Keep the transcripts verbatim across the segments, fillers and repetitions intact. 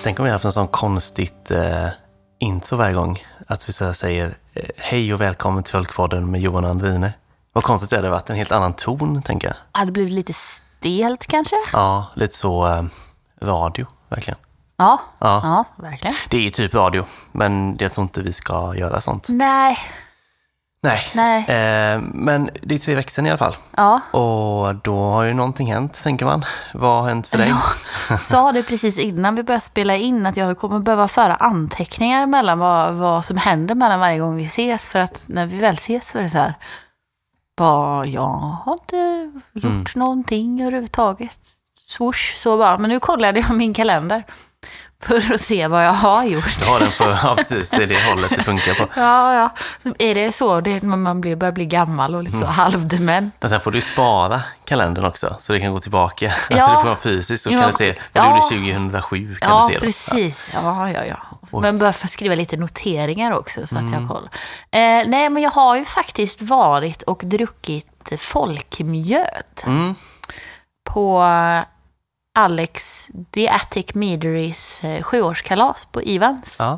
Tänk om vi har haft en sån konstigt eh, intro varje gång. Att vi så säger eh, hej och välkommen till Folkpodden med Johan och Andrine. Vad konstigt det hade varit, en helt annan ton, tänker jag. Hade det blivit lite stelt kanske? Ja, lite så eh, radio, verkligen. Ja, ja, ja, verkligen. Det är ju typ radio, men jag tror inte vi ska göra sånt. Nej. Nej, Nej. Eh, men det är tre veckor sedan i alla fall. Ja. Och då har ju någonting hänt, tänker man. Vad har hänt för dig? Ja, sa det precis innan vi började spela in att jag kommer behöva föra anteckningar mellan vad, vad som händer mellan varje gång vi ses. För att när vi väl ses så är det så här, bara, jag har inte gjort mm. någonting överhuvudtaget. Swoosh, så bara. Men nu kollade jag min kalender för att se vad jag har gjort. Du har den för, ja, precis, det är det hållet det funkar på. Ja, ja. Så är det så, det är när man blir, börjar bli gammal och lite så mm. halvdement. Men sen får du spara kalendern också, så det kan gå tillbaka. Alltså ja. Det får vara fysiskt, så kan ja. du se, för ja. det gjorde tjugohundrasju kan ja, du se det. Precis. Ja, ja, ja. ja. Men börjar få skriva lite noteringar också så att mm. jag kollar. Eh, nej, men jag har ju faktiskt varit och druckit folkmjöd mm. på Alex The Attic Meaderies eh, sjuårskalas på Ivans. Ja.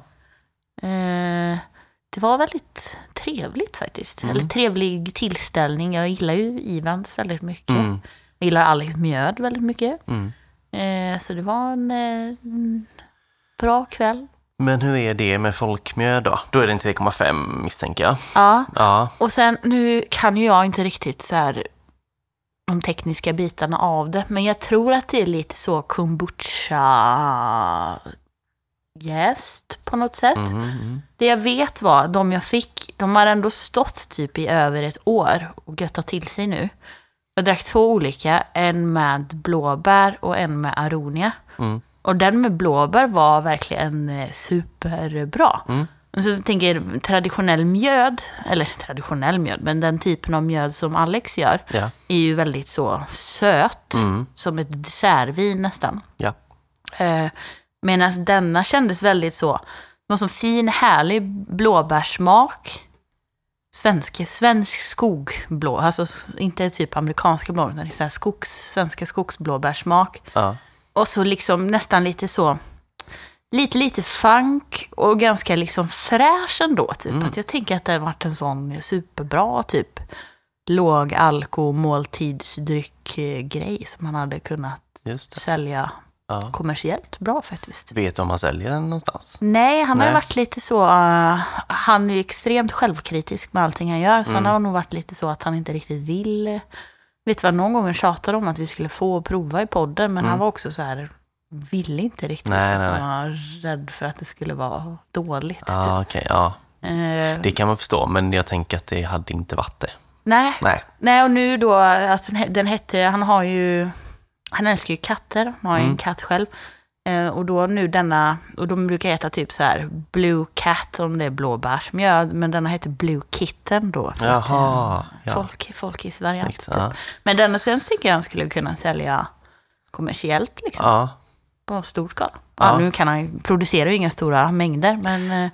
Eh, det var väldigt trevligt faktiskt. Mm. Eller trevlig tillställning. Jag gillar ju Ivans väldigt mycket. Mm. Jag gillar Alex mjöd väldigt mycket. Mm. Eh, så det var en eh, bra kväll. Men hur är det med folkmjöd då? Då är det en tre komma fem misstänker jag. Ja. ja. Och sen, nu kan ju jag inte riktigt så här de tekniska bitarna av det. Men jag tror att det är lite så kombucha jäst på något sätt. Mm, mm. Det jag vet var, de jag fick, de har ändå stått typ i över ett år och göttat till sig nu. Jag drack två olika, en med blåbär och en med aronia. Mm. Och den med blåbär var verkligen superbra. Mm. Så jag tänker traditionell mjöd, eller traditionell mjöd, men den typen av mjöd som Alex gör ja. är ju väldigt så söt, mm. som ett dessertvin nästan. Ja. Eh, medan denna kändes väldigt så, det var så fin, härlig blåbärssmak. Svensk, svensk skogblå, alltså inte typ amerikanska blå, utan det är så här skogs, svenska skogsblåbärssmak. Ja. Och så liksom nästan lite så, lite lite funk och ganska liksom fräsch ändå typ. Mm. Att jag tänker att det har varit en sån superbra typ låg alko måltidsdryck grej som man hade kunnat sälja ja. kommersiellt bra faktiskt. Vet du om han säljer den någonstans? Nej, han Nej. har varit lite så, uh, han är ju extremt självkritisk med allting han gör, så mm. han har nog varit lite så att han inte riktigt vill. Vet du vad, någon gång tjatade om att vi skulle få prova i podden, men mm. han var också så här, ville inte riktigt. Nej, nej, nej. Han var rädd för att det skulle vara dåligt. Ah, typ. okay, ja, uh, det kan man förstå, men jag tänker att det hade inte varit det. Nej, nej. nej och nu då, att den, den hette, han har ju, han älskar ju katter, han har ju mm. en katt själv. Uh, och då nu denna, och de brukar heta typ så här Blue Cat om det är blåbärsmjöd, men denna heter Blue Kitten då. För Jaha, att, uh, ja. folk, folkisvariant typ. Ja. Men denna sen tycker jag han skulle kunna sälja kommersiellt liksom. Ja. På stor skala. Ja. Ja, nu kan han producera ju inga stora mängder, men... Uh,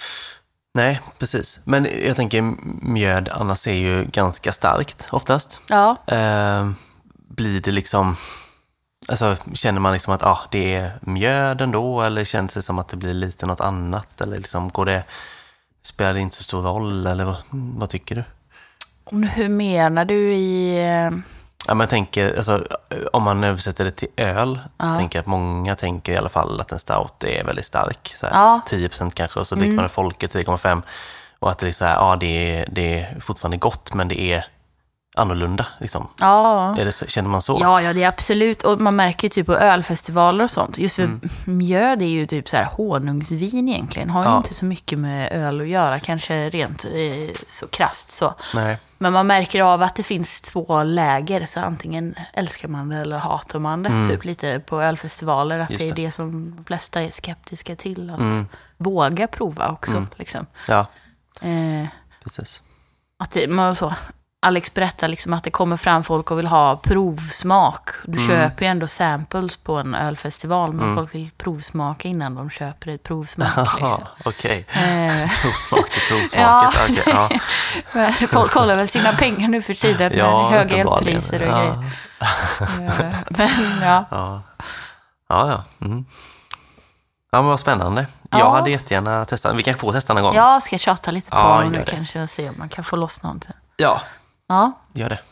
nej, precis. Men jag tänker mjöd annars är ju ganska starkt oftast. Ja. Uh, blir det liksom... Alltså, känner man liksom att ah, det är mjöd ändå, eller känns det som att det blir lite något annat, eller liksom går det, spelar det inte så stor roll, eller vad, vad tycker du? Hur menar du i... Ja, men jag tänker, alltså, om man översätter det till öl, ja. så tänker jag att många tänker i alla fall att en stout är väldigt stark, så här, ja. tio procent kanske, och så dricker mm. man en folke tio komma fem, och att det är så här, ja, det är, det är fortfarande gott, men det är annorlunda liksom. Ja. Är det så, känner man så? Ja, ja, det är absolut. Och man märker typ på ölfestivaler och sånt. Just för mm. mjöd är ju typ så här honungsvin egentligen. Har ju ja. inte så mycket med öl att göra. Kanske rent eh, så krasst så. Nej. Men man märker av att det finns två läger. Så antingen älskar man det eller hatar man det. Mm. Typ lite på ölfestivaler. Att Just det är det. det som de flesta är skeptiska till. Att Mm. våga prova också. Mm. Liksom. Ja, Eh, precis. att det, man så... Alex berättar liksom att det kommer fram folk och vill ha provsmak. Du Mm. köper ju ändå samples på en ölfestival, men Mm. folk vill provsmaka innan de köper ett provsmak. Liksom. Jaha, okej. Eh. Provsmak till Ja. provsmaket. Okay, ja. Men folk håller väl sina pengar nu för tiden med Ja, höga uppenbarligen. elpriser och Ja. grejer. Eh, Men ja. Ja, ja. ja. Mm. Ja, men vad spännande. Ja. Jag hade jättegärna testat. Vi kan få testa någon gång. Jag ska tjata lite på Ja, honom gör nu det. kanske och se om man kan få loss någonting. Ja, Ja, gör det.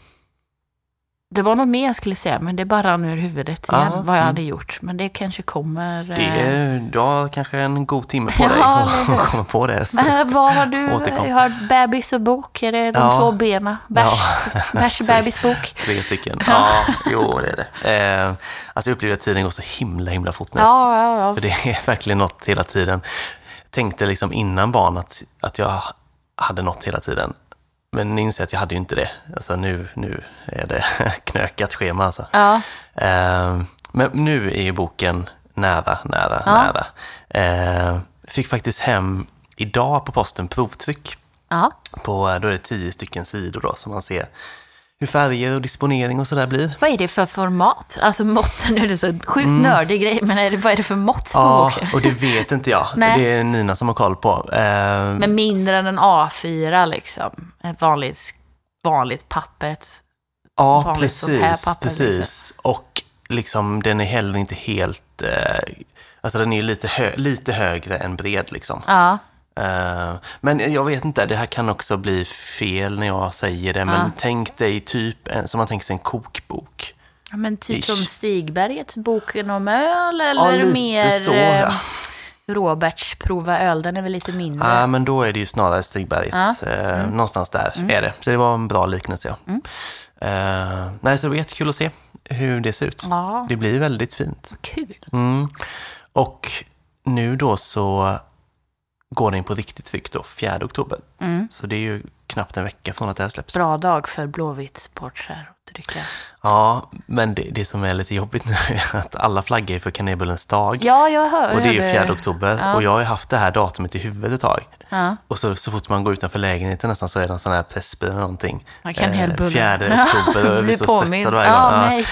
det var något mer jag skulle säga, men det bara rann ur huvudet igen Ja, vad jag mm. hade gjort. Men det kanske kommer... Det eh, är, du har kanske en god timme på dig Ja, att eller hur? komma på det. Så. Men vad har du? Återkom. Jag har bebis och bok. Är det de Ja. två benen? Bärs, Ja. bärs bebis bok. Tre stycken. Ja, jo det är det. Eh, alltså jag upplever att tiden går så himla, himla fort nu. Ja, ja, ja. För det är verkligen något hela tiden. Jag tänkte liksom innan barn att, att jag hade något hela tiden. Men inser att jag hade ju inte det. Alltså nu, nu är det knökat schema alltså. Ja. Eh, men nu är ju boken nära, nära, Ja. nära. Eh, fick faktiskt hem idag på posten provtryck. Ja. På, då är det tio stycken sidor då, så man ser hur färger och disponering och sådär blir. Vad är det för format? Alltså mått, nu är det så sjukt Mm. nördig grej, men är det, vad är det för mått på Ja, boken? och det vet inte jag. Nej. Det är Nina som har koll på. Eh, Men mindre än en A fyra liksom. Ett vanligt, vanligt pappret. ja, vanligt sånt här precis. papper, precis. Och liksom, den är heller inte helt... Eh, alltså den är ju lite, hö, lite högre än bred liksom. Ja. Eh, men jag vet inte, det här kan också bli fel när jag säger det. Men Ja. tänk dig typ en, som man tänker sig en kokbok. Ja, men typ Ish. som Stigbergets boken om öl, Ja, eller lite mer så, eh, ja. Roberts prova öl, den är väl lite mindre. Ja, men då är det ju snarare Stigbergets. Ja. Eh, Mm. Någonstans där Mm. är det. Så det var en bra liknelse, ja. Mm. Eh, nej, så det var jättekul att se hur det ser ut. Ja, Det blir väldigt fint. kul. Mm. Och nu då så går den på riktigt tryck då, fjärde oktober. Mm. Så det är ju knappt en vecka från att det här släpps. Bra dag för Blåvitt sportskär att dricka. Ja, men det, det som är lite jobbigt nu är att alla flaggar är för kanelbullens dag. Ja, jag hör. Och det är ju hörde- fjärde oktober. Ja. Och jag har ju haft det här datumet i huvudet ett tag. Ja, Och så, så fort man går utanför lägenheten nästan så är det en sån här pressbil eller någonting. man kan helt bulla. fjärde oktober och jag blir så stressad varje gång. Ja, Ja.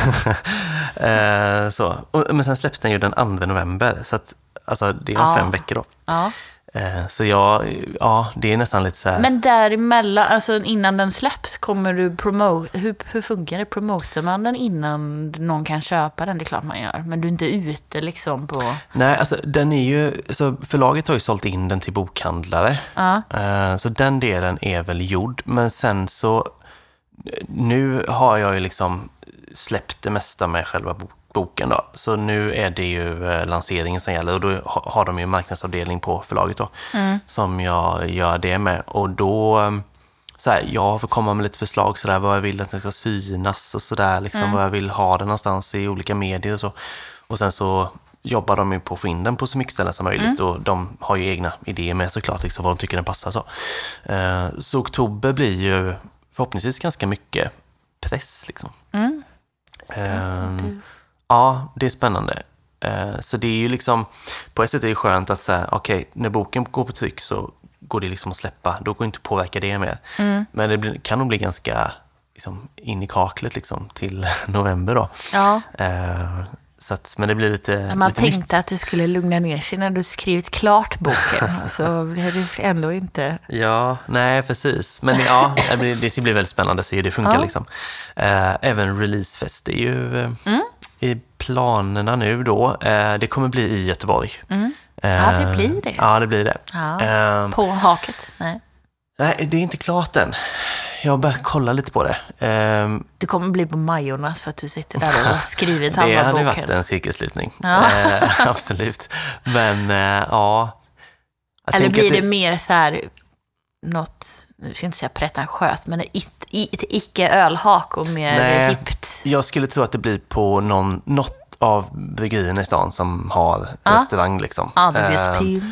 nej. Eh, så. Och, men sen släpps den ju den andra november. Så att, alltså, det är om Ja. fem veckor då. Ja. Eh, så jag, ja, det är nästan lite så här. Men däremellan, alltså innan den släpps, kommer du promote, hur, hur funkar det? Promotar man den innan någon kan köpa den? Det är klart man gör. Men du är inte ute liksom på... Nej, alltså den är ju, så förlaget har ju sålt in den till bokhandlare. Ja, Eh, så den delen är väl gjord. Men sen så, nu har jag ju liksom släppt det mesta med själva bo- boken då. Så nu är det ju eh, lanseringen som gäller och då ha- har de ju en marknadsavdelning på förlaget då. mm. Som jag gör det med. Och då, eh, så här, jag får komma med lite förslag sådär, vad jag vill att den ska synas och sådär, liksom Mm. vad jag vill ha den någonstans i olika medier och så. Och sen så jobbar de ju på att få in den på så mycket ställen som möjligt och de har ju egna idéer med såklart, liksom, vad de tycker den passar så. Eh, så oktober blir ju förhoppningsvis ganska mycket press liksom. Mm. Ehm, ja, det är spännande. Eh, så det är ju liksom, på ett sätt är det skönt att säga, okej, när boken går på tryck så går det liksom att släppa, då går det inte att påverka det mer. Mm. Men det blir, kan nog bli ganska liksom, in i kaklet liksom, till november då. Ja, Eh, så att, men det blir lite, man lite tänkte nytt. att du skulle lugna ner sig när du skrivit klart boken. Så blev det ändå inte... Ja, nej precis. Men ja, det blir, det ska bli väldigt spännande att se hur det funkar Ja. liksom. Eh, även releasefest är ju eh, Mm. i planerna nu då. Eh, det kommer bli i Göteborg. Mm. Eh, Ja, det blir det. Ja, det blir det. Ja. Eh, På haket? Nej. nej, det är inte klart än. Jag börjar kolla lite på det. Eh, Det kommer bli på Majornas för att du sitter där och har skrivit det halva hade boken. varit en cirkelslutning. Ja. Eh, absolut. Men eh, ja. Jag Eller tänker blir att det mer så här något, jag ska inte säga pretentiöst, men ett, ett icke-ölhak och mer Nej. hippt? Jag skulle tro att det blir på någon, något av bryggerierna i stan som har Ja. restaurang liksom. Andres Eh, pil,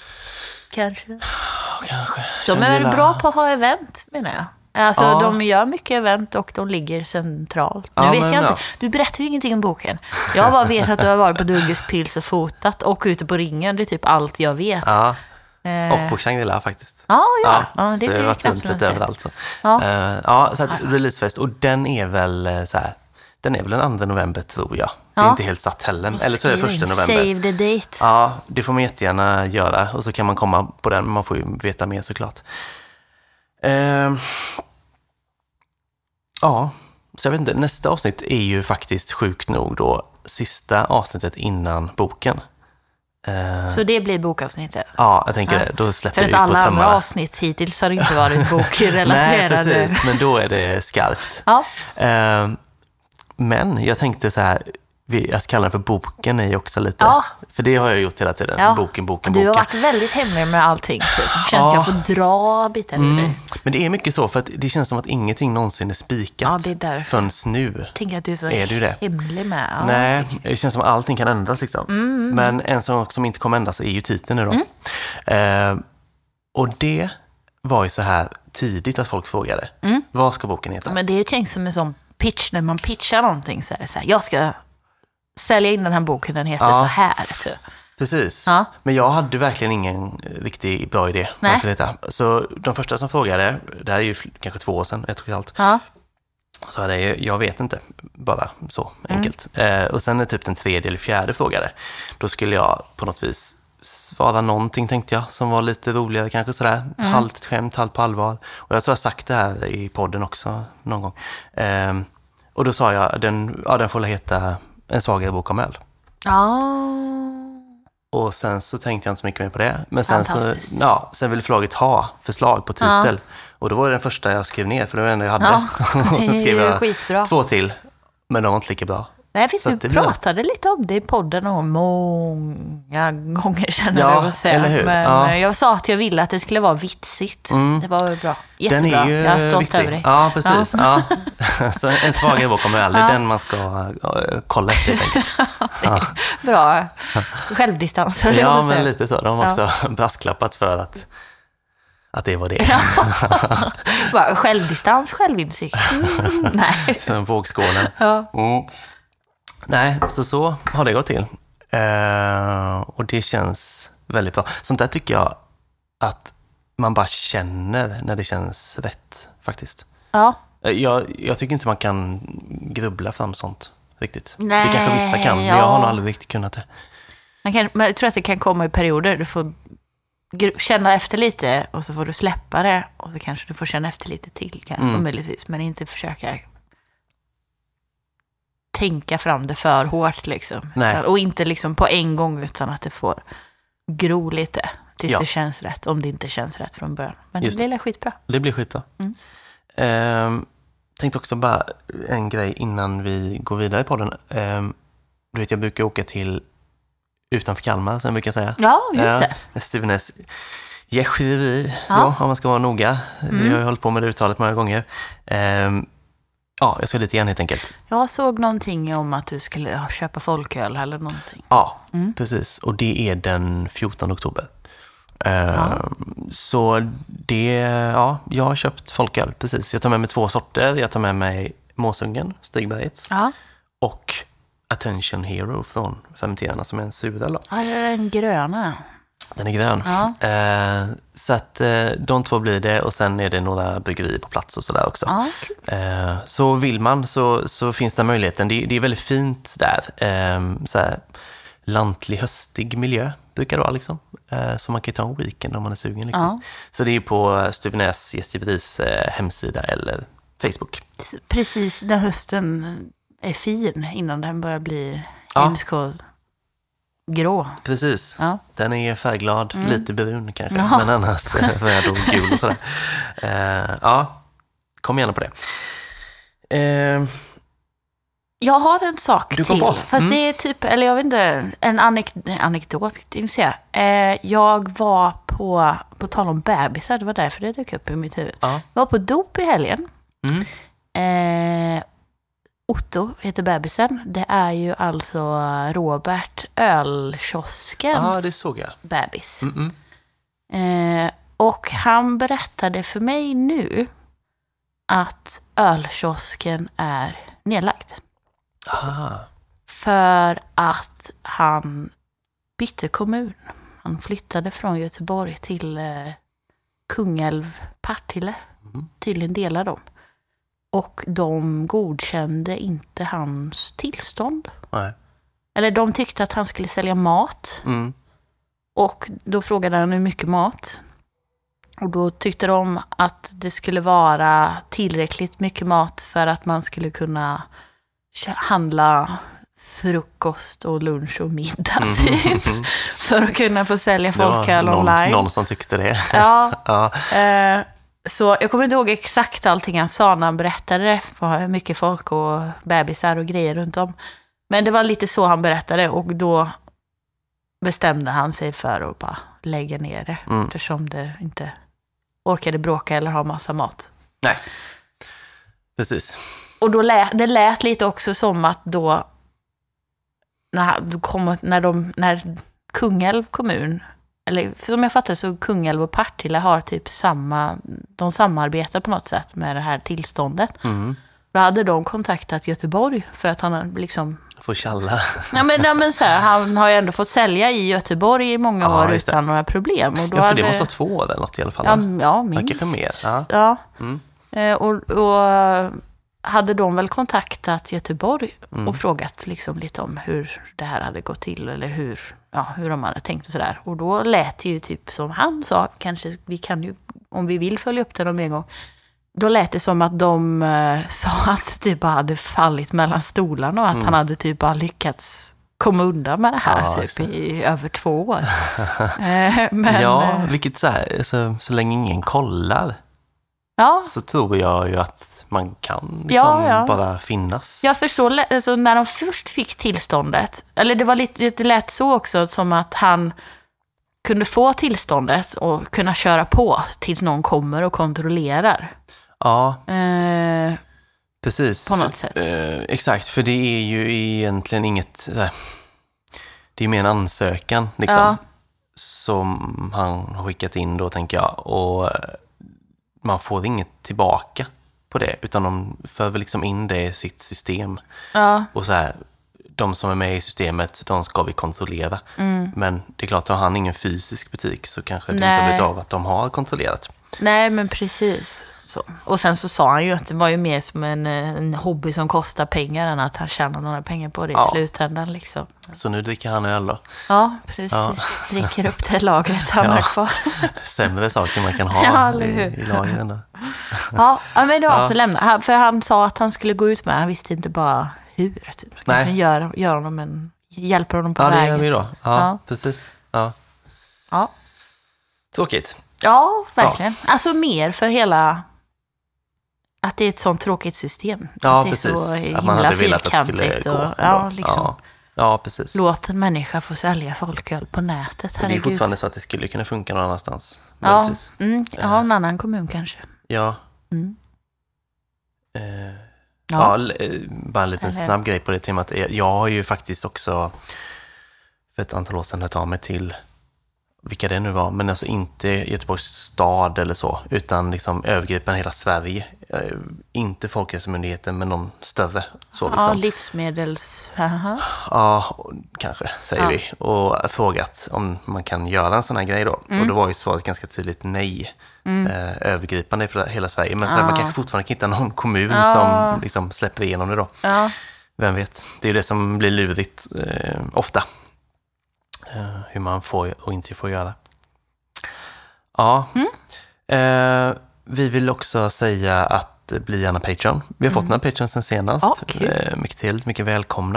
kanske. kanske. De är väl Chandela. bra på att ha event, menar jag. Alltså, Ja. de gör mycket event och de ligger centralt. Nu Ja, vet men jag inte. ja. Du berättar ju ingenting om boken. Jag bara vet att du har varit på Dugges Pils och fotat och ute på ringen. Det är typ allt jag vet. Ja, Eh, och på Shangri-La faktiskt. ja, ja. ja, det så jag blir har varit knappt runt man lite säger. överallt. Så. Ja. Eh, ja, så att releasefest. Och den är väl eh, så här, den är väl den andra november tror jag. Det är Ja. inte helt satt heller. Eller så är det första november. Save the date. Ja, det får man jättegärna göra. Och så kan man komma på den, men man får ju veta mer såklart. Eh, ja, så jag vet inte. Nästa avsnitt är ju faktiskt sjukt nog då sista avsnittet innan boken. Eh, Så det blir bokavsnittet? ja, jag tänker Ja. det. Då släpper För vi att ut på alla andra tömmarna. avsnitt hittills har inte varit bokrelaterade. Nej, precis. Men då är det skarpt. Ja. Eh, men jag tänkte så här, vi, att kalla den för boken är ju också lite... Ja. För det har jag gjort hela tiden. Ja. Boken, boken, Du har boken. varit väldigt hemlig med allting. Typ. Det känns Ja. att jag får dra bitar ur Mm. dig. Men det är mycket så, för att det känns som att ingenting någonsin är spikat Ja, det är därför. förrän nu. Jag tänker att du är så Är du det? hemlig med. Ja. Nej, det känns som att allting kan ändras liksom. Mm. Men en sak som inte kommer ändras är ju titeln nu då. Mm. Eh, och det var ju så här tidigt att folk frågade. Mm. Vad ska boken heta? Men det känns som en sån pitch när man pitchar någonting. Så är det så här, jag ska sälja in den här boken, den heter Ja. så här. Typ. Precis. Ja. Men jag hade verkligen ingen riktigt bra idé. Vad Nej. jag skulle heta. Så de första som frågade, det här är ju kanske två år sedan, ett och ett halvt. Ja. Så hade jag, jag vet inte, bara så Mm. enkelt. Eh, och sen när typ den tredje eller fjärde frågade, då skulle jag på något vis svara någonting, tänkte jag, som var lite roligare kanske sådär. Mm. Halvt skämt, halvt på allvar. Och jag tror jag har sagt det här i podden också någon gång. Eh, och då sa jag, den, ja, den får heta En svagare bok om öl. Ja. Och sen så tänkte jag inte så mycket mer på det. Men sen, så, Fantastiskt. ja, sen ville förlaget ha förslag på titel. Och då var det den första jag skrev ner, för det var den jag hade. Ja. Och sen skrev Det är ju jag skitbra. två till, men de var inte lika bra. Nej, visst, Så vi att det blir- pratade lite om det i podden och många gånger känner Ja, jag att säga. eller hur? Men Ja. jag sa att jag ville att det skulle vara vitsigt. Mm. Det var bra. Den Jättebra. är ju Jag är stolt vitsig. över dig. Ja, precis. Ja. Så en svagare bok om öl, det är Ja. den man ska uh, kolla efter. helt enkelt. Bra självdistans. höll jag på Ja, att men säga. lite så. De har Ja. också brasklappat för att, att det var det. Bara, självdistans, självinsikt. Mm, nej. Sen vågskålen. Ja. Mm. Nej, så så har det gått till. Eh, och det känns väldigt bra. Sånt där tycker jag att man bara känner när det känns rätt, faktiskt. Ja. Eh, Jag, jag tycker inte man kan grubbla fram sånt riktigt. Nej, det kanske vissa kan, men ja. jag har nog aldrig riktigt kunnat det. Man kan, men jag tror att det kan komma i perioder. Du får gr- känna efter lite och så får du släppa det. Och så kanske du får känna efter lite till, kanske, Mm. möjligtvis. Men inte försöka tänka fram det för hårt liksom. Nej. Och inte liksom på en gång, utan att det får gro lite tills Ja. det känns rätt. Om det inte känns rätt från början. Men Just det blir skitbra. Det blir skitbra. Mm. Eh, tänkte också bara en grej innan vi går vidare på den. Eh, du vet, jag brukar åka till utanför Kalmar, som jag brukar säga. Ja, just det. Ja, Stuvenäs gästgiveri, Ja. då, om man ska vara noga. Mm. Vi har ju hållit på med det uttalet många gånger. Ehm, ja, jag ska lite igen helt enkelt. Jag såg någonting om att du skulle ja, köpa folköl eller någonting. Ja, Mm. precis. Och det är den fjortonde oktober. Ehm, Ja. Så det, ja, jag har köpt folköl, precis. Jag tar med mig två sorter. Jag tar med mig Måsungen, Stigbergets, Ja, och Attention Hero från Fermenterarna, som är en suröl då. ja det är den gröna. Den är grön. Ja. Eh, så att eh, de två blir det, och sen är det några bryggerier på plats och sådär också. Ja, kul. Eh, så vill man så, så finns det möjligheten. Det, det är väldigt fint där. Eh, så här, lantlig, höstig miljö brukar det vara liksom. Eh, så man kan ju ta en weekend om man är sugen liksom. Ja. Så det är på Stuvenäs gästgiveris eh, hemsida eller Facebook. Precis när hösten är fin, innan den börjar bli Ja. hemsk och grå. Precis. Ja. Den är färgglad, Mm. lite brun kanske, Ja. men annars eh, röd och gul och sådär. Eh, ja, kom gärna på det. Eh, Jag har en sak Du kom till, på. fast Mm. det är typ, eller jag vet inte, en anek- anekdot, tänkte jag säga. Eh, jag var på, på tal om bebisar, det var därför det dök upp i mitt huvud. ja. Jag var på dop i helgen. Mm. Eh, Otto heter bebisen. Det är ju alltså Robert ölkioskens Ja, det såg jag. bebis. Mm-mm. Eh, och han berättade för mig nu att ölkiosken är nedlagd. Ah. För att han bytte kommun. Han flyttade från Göteborg till eh, Kungälv, Partille. Mm. Tydligen delar de. Och de godkände inte hans tillstånd. Nej. Eller de tyckte att han skulle sälja mat. Mm. Och då frågade han hur mycket mat. Och då tyckte de att det skulle vara tillräckligt mycket mat för att man skulle kunna handla frukost och lunch och middag Mm. typ. För att kunna få sälja folköl någon, online. någon som tyckte det. Ja, Ja. eh, så jag kommer inte ihåg exakt allting han sa när han berättade det. Det var mycket folk och bebisar och grejer runt om. Men det var lite så han berättade och då bestämde han sig för att bara lägga ner det. Mm. Eftersom det inte orkade bråka eller ha massa mat. Nej, precis. Och då lät, det lät lite också som att då när, då kom, när, de, när Kungälv kommun, eller som jag fattar så Kungälv och Partille har typ samma, de samarbetar på något sätt med det här tillståndet. Mm. Då hade de kontaktat Göteborg för att han liksom... Får tjalla. Ja, men, ja, men så här, han har ju ändå fått sälja i Göteborg i många Ja, år just det. utan några problem. Och då Ja, för hade, det måste vara två år eller något i alla fall. Ja, va? ja Ja, minst. kanske mer. Ja. Ja. Mm. Eh, och, och hade de väl kontaktat Göteborg Mm. och frågat liksom lite om hur det här hade gått till eller hur, ja, hur de hade tänkt och sådär. Och då lät det ju typ som han sa, kanske vi kan ju, om vi vill följa upp det någon en gång. Då lät det som att de eh, sa att typ bara hade fallit mellan stolarna och att Mm. han hade typ bara lyckats komma undan med det här Ja, typ just det. i över två år. eh, men, ja, eh, vilket så här, så, så länge ingen kollar ja. så tror jag ju att man kan liksom Ja, ja. bara finnas. Jag förstår, alltså när de först fick tillståndet, eller det var lite, det lät så också som att han kunde få tillståndet och kunna köra på tills någon kommer och kontrollerar. Ja, Eh, precis. på något för, sätt. Eh, exakt, för det är ju egentligen inget, så här, det är mer en ansökan liksom, Ja. som han har skickat in då, tänker jag. Och eh, man får inget tillbaka på det, utan de för väl liksom in det i sitt system. ja, Och så här, de som är med i systemet, de ska vi kontrollera. mm. Men det är klart, har han ingen fysisk butik så kanske det Nej. inte har blivit av att de har kontrollerat. Nej, men precis. Så. Och sen så sa han ju att det var ju mer som en, en hobby som kostar pengar än att han tjänar några pengar på det i Ja. slutändan. Liksom. Så nu dricker han öl då. Ja, precis. Ja. Dricker upp det lagret han Ja. har kvar. Sämre saker man kan ha Ja, eller i, hur? i lagren då. Ja, ja, men det var Ja. också lämnat. Han- För han sa att han skulle gå ut med, han visste inte bara hur. Typ. Nej. Kanske gör, gör honom en, hjälper honom på Ja, det vägen. gör vi då. Ja, Ja. precis. Ja. Ja. Tråkigt. Ja, verkligen. Alltså mer för hela... Att det är ett sånt tråkigt system. Ja, att det är precis. så Att himla man hade velat att det skulle fyrkantigt. gå. Och, ja, liksom. ja. ja, precis. Låt en människa få sälja folköl på nätet. Och det är Herregud. fortfarande så att det skulle kunna funka någon annanstans. Ja, möjligtvis. mm, ja, en annan kommun kanske. Ja. Mm. Eh, ja. Ja. l- eh, bara en liten Eller- snabb grej på det temat. Jag jag har ju faktiskt också för ett antal år sedan hört av mig till vilka det nu var, men alltså inte Göteborgs stad eller så, utan liksom övergripande hela Sverige. Eh, inte Folkhälsomyndigheten, men någon större. Så liksom. Ja, livsmedels... Aha. Ja, och- kanske, säger Ja. vi. Och frågat om man kan göra en sån här grej då. Mm. Och då var ju svaret ganska tydligt nej. Mm. Eh, övergripande för hela Sverige. Men så Ja. man kanske fortfarande kan hitta någon kommun Ja. som liksom släpper igenom det då. Ja. Vem vet? Det är ju det som blir lurigt eh, ofta. Eh, hur man får och inte får göra. Ja. Mm. Eh, vi vill också säga att bli gärna Patreon. Vi har fått några Patreons sen senast. Ja, kul. eh, mycket till, mycket välkomna.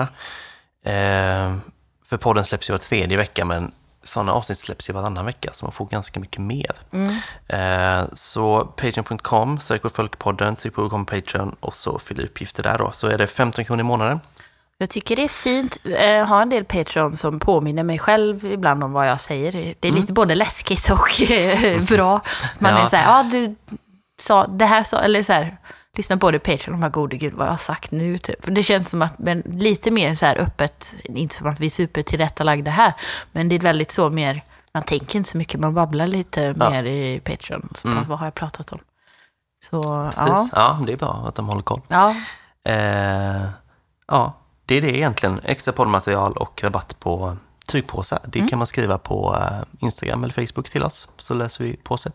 Eh, för podden släpps ju var tredje vecka, men sådana avsnitt släpps ju varannan vecka, så man får ganska mycket mer. Mm. Eh, så patreon punkt com, sök på Folkpodden, tryck på kom Patreon och så fyll i uppgifter där då. Så är det femton kronor i månaden. Jag tycker det är fint. Jag har en del Patreon som påminner mig själv ibland om vad jag säger. Det är Mm. lite både läskigt och eh, bra. Man Ja. är så här, ja du sa det här, så, eller så här, lyssna på det Patreon och bara, gode gud vad jag har sagt nu typ. För det känns som att, men lite mer så här öppet, inte som att vi är supertillrättalagda här, men det är väldigt så mer, man tänker inte så mycket, man babblar lite Ja. mer i Patreon. Så Mm. bara, vad har jag pratat om? Så, Precis. ja. Ja, det är bra att de håller koll. Ja. Eh, ja, det är det egentligen. Extra poddmaterial och rabatt på tygpåsar. Det Mm. kan man skriva på eh, Instagram eller Facebook till oss, så läser vi påse.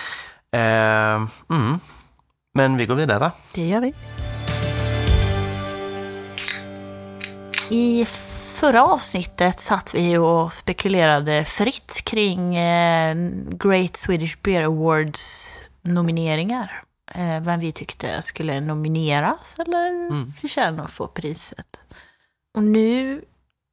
Eh, mm. Men vi går vidare, va? Det gör vi. I förra avsnittet satt vi och spekulerade fritt kring eh, Great Swedish Beer Awards nomineringar. Eh, vem vi tyckte skulle nomineras eller Mm. förtjäna att få priset. Och nu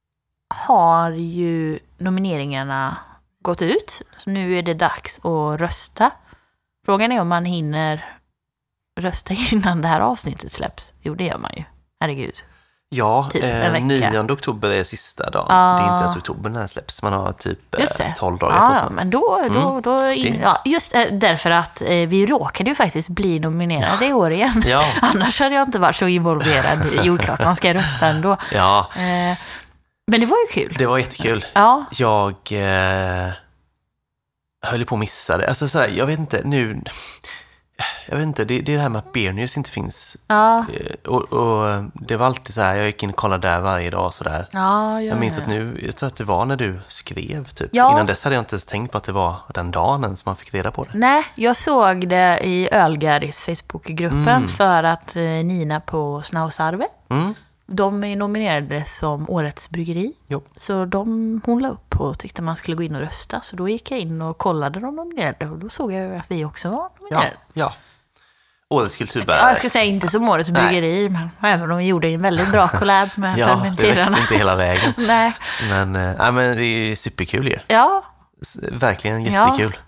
har ju nomineringarna gått ut. Så nu är det dags att rösta. Frågan är om man hinner rösta innan det här avsnittet släpps. Jo, det gör man ju. Herregud. Ja, Typ en eh, vecka. nionde oktober är sista dagen. Ah. Det är inte ens oktober när den släpps. Man har typ eh, Just det. tolv dagar Ja, på sig. ja, men då, då, Mm. då in, Det- ja, just eh, därför att eh, vi råkade ju faktiskt bli nominerade i år igen. Ja, Annars hade jag inte varit så involverad. Jo, klart, man ska rösta ändå. ja, Eh, men det var ju kul. det var jättekul. Ja, Jag eh, höll på att missa det. Alltså sådär, jag vet inte, nu... Jag vet inte, det, det är det här med att Beer News inte finns. ja, Eh, Och, och det var alltid så här, jag gick in och kollade där varje dag sådär. ja. Jag minns att nu, jag tror att det var när du skrev typ. Ja. Innan dess hade jag inte ens tänkt på att det var den dagen som man fick reda på det. Nej, jag såg det i Ölgäris Facebookgruppen Mm. för att eh, Nina på Snausarve, Mm. de är nominerade som årets bryggeri. Jo. Så de, hon la upp och tyckte man skulle gå in och rösta. Så då gick jag in och kollade de nominerade och då såg jag att vi också var Ja, nominerade. ja. Årets Ja, kulturbärare. jag ska säga inte som årets Nej. bryggeri, men även om vi gjorde en väldigt bra collab med Ja, det fermenterarna. räckte inte hela vägen. Nej, Men, eh, nej, men det är superkul ju. ja, S- Verkligen jättekul.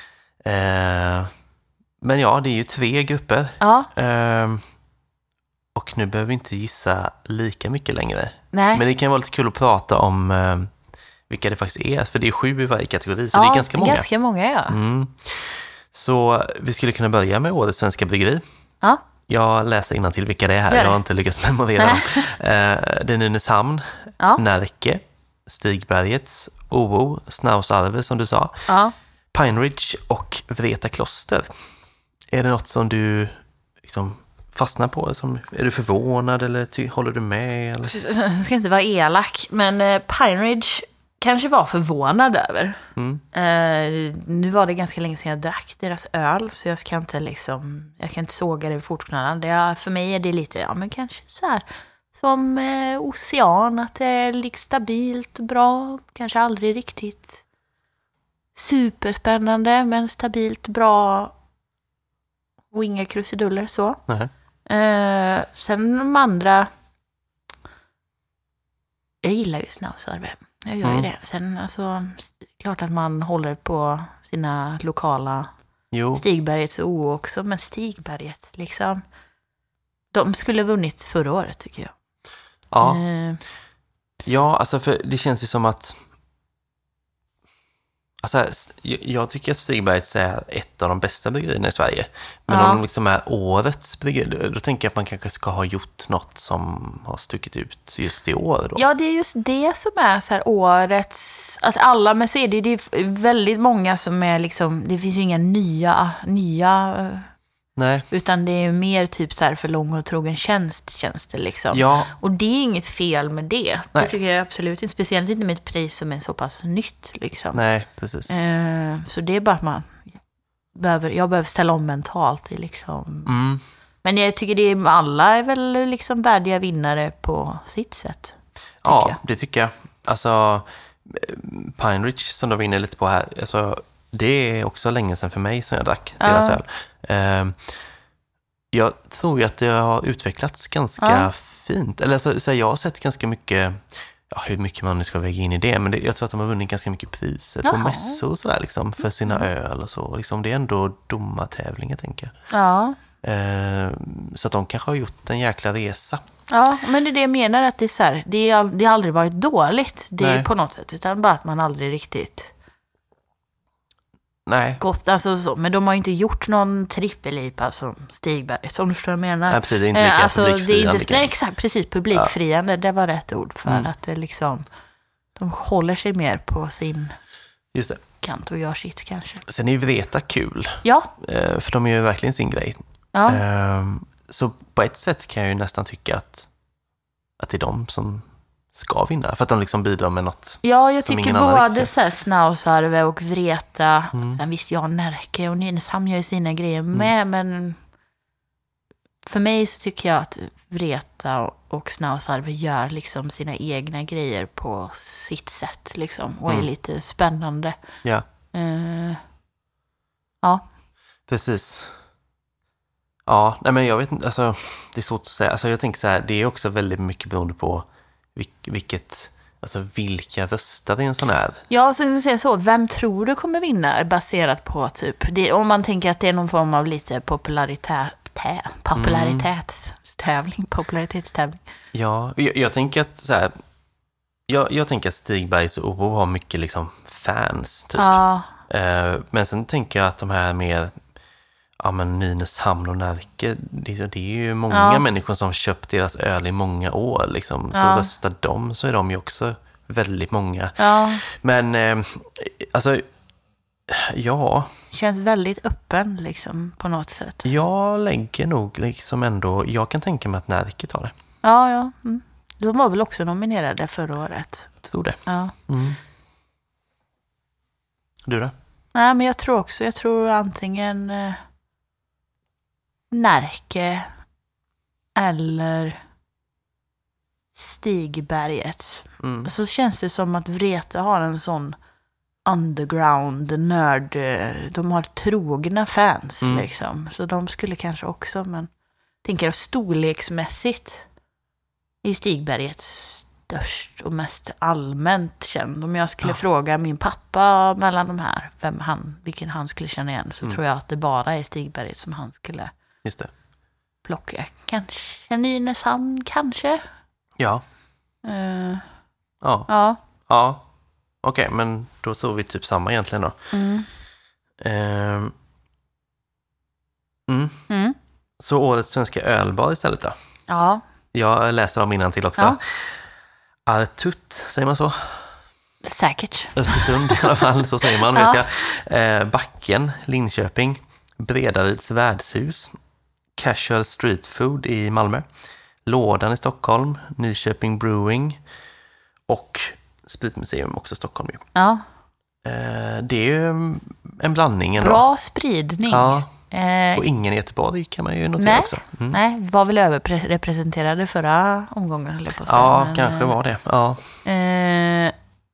Eh, men ja, det är ju tre grupper. ja, Eh, och nu behöver vi inte gissa lika mycket längre. nej. Men det kan vara lite kul att prata om eh, vilka det faktiskt är. För det är sju i varje kategori, så ja, det är ganska många. ganska många, ja. Mm. Så vi skulle kunna börja med årets svenska bryggeri. Ja, Jag läser innantill vilka det är här. Gör det. Jag har inte lyckats memorera dem. Eh, det är Nynäshamn, ja, Närke, Stigbergets, Oro, Snausarve som du sa, ja. Pine Ridge och Vreta kloster. Är det något som du liksom fastnar på? Som, är du förvånad eller ty, håller du med? Eller? Jag ska inte vara elak, men eh, Pine Ridge kanske var förvånad över. Mm. Eh, nu var det ganska länge sedan jag drack deras öl, så jag ska inte liksom, jag kan inte såga det fortfarande. Det, för mig är det lite, ja men kanske så här som eh, ocean, att det är liksom stabilt, bra, kanske aldrig riktigt superspännande, men stabilt, bra och inga krusiduller så. Nej. Eh, sen de andra, jag gillar ju Snausarve. Jag gör ju Mm. det. Sen alltså, klart att man håller på sina lokala Jo, Stigbergets och O också, men Stigbergets liksom, de skulle ha vunnit förra året tycker jag. ja. Eh, Ja, alltså för det känns ju som att alltså, jag, jag tycker att Stigbergs är ett av de bästa bryggerierna i Sverige. Men Ja. om de liksom är årets bryggeri, då tänker jag att man kanske ska ha gjort något som har stuckit ut just i år då. ja, det är just det som är så här årets, att alla med sig, det, det är väldigt många som är liksom, det finns ju inga nya, nya eh, Nej, utan det är mer typ så här för lång och trogen tjänst, känns det liksom. ja, Och det är inget fel med det. Nej. Det tycker jag absolut inte. Speciellt inte med ett pris som är så pass nytt. Liksom. nej, precis. Eh, så det är bara att man behöver, jag behöver ställa om mentalt. I liksom. Mm. Men jag tycker det är, alla är väl liksom värdiga vinnare på sitt sätt. Ja, jag. det tycker jag. Alltså, Pine Ridge som de var inne lite på här, alltså, det är också länge sedan för mig som jag drack Ja. deras öl. Eh, jag tror ju att det har utvecklats ganska Ja. fint. Eller alltså, så här, jag har sett ganska mycket, ja, hur mycket man nu ska väga in i det, men det, jag tror att de har vunnit ganska mycket priser på Jaha. mässor och sådär, liksom, för sina öl och så. Liksom, det är ändå domartävlingar, tänker jag. Ja. Eh, så att de kanske har gjort en jäkla resa. Ja, men det är det jag menar, att det är så här, det, är, det har aldrig varit dåligt. Det är Nej. på något sätt, utan bara att man aldrig riktigt Nej, gått, alltså så. Men de har ju inte gjort någon trippel-I P A som Stigberg, som du förstår vad jag menar. nej precis, det är inte lika Eh, alltså, det är publikfriande. inte, nej, exakt, precis, publikfriande, det var rätt ord för Mm. att det liksom, de håller sig mer på sin Just det. kant och gör sitt kanske. Sen är ju Vreta kul, Ja, eh, för de är ju verkligen sin grej. ja, Ehm, Så på ett sätt kan jag ju nästan tycka att, att det är de som ska vinna. För att de liksom bidrar med något. ja jag som tycker ingen annan både riktigt så här Snausarve och Vreta, Mm. sen visst jag Närke och Nynäshamn gör ju sina grejer med, men för mig så tycker jag att Vreta och Snausarve gör liksom sina egna grejer på sitt sätt liksom, och är Mm. lite spännande. Ja, Eh, ja, precis. Ja, nej men jag vet inte, alltså det är svårt att säga. Alltså jag tänker så här, det är också väldigt mycket beroende på vil- vilket, alltså vilka röstar i en sån här? Ja, så vill säga så. Vem tror du kommer vinna baserat på typ, det, om man tänker att det är någon form av lite popularitet, tä, popularitetstävling, popularitetstävling. Ja, jag, jag tänker att så här, jag, jag tänker att Stig Bergs och Oro har mycket liksom fans typ. Ja, Eh, men sen tänker jag att de här mer, ja men Nynäshamn och Närke, det, det är ju många Ja. människor som köpt deras öl i många år liksom. Så Ja. röstar de så är de ju också väldigt många. ja. Men eh, alltså, ja, Känns väldigt öppen liksom på något sätt. jag lägger nog liksom ändå, jag kan tänka mig att Närke tar det. Ja, ja. Mm. De var väl också nominerade förra året. Tror det. Ja. Mm. Du då? Nej, men jag tror också, jag tror antingen eh, Närke eller Stigberget. Mm. Så känns det som att Vreta har en sån underground nörd, eh, de har trogna fans Mm. liksom. Så de skulle kanske också, men tänker storleksmässigt i Stigberget störst och mest allmänt känd. Om jag skulle Ja. fråga min pappa mellan de här, vem han, vilken han skulle känna igen, så Mm. tror jag att det bara är Stigberget som han skulle Just det. plocka. Kanske Nynäshamn, kanske. Ja. Uh, Ja. ja. Ja. Okej, men då tror vi typ samma egentligen då. Mm. Ehm. Mm. Mm. Så årets svenska ölbar istället då? Ja. Jag läser om innan till också. Ja. Artut, säger man så? Säkert. Östersund i alla fall, så säger man, Ja. vet jag. Eh, Backen, Linköping, Bredaryds värdshus, Casual Street Food i Malmö, Lådan i Stockholm, Nyköping Brewing och Spritmuseum också i Stockholm. Ju. Ja. Eh, det är ju en blandning ändå. Bra spridning. Ja, Eh, och ingen i Göteborg kan man ju notera nej, också. Mm. nej, var väl överrepresenterade förra omgången, höll jag på att säga. Ja, Men, kanske eh, var det. Ja. Eh,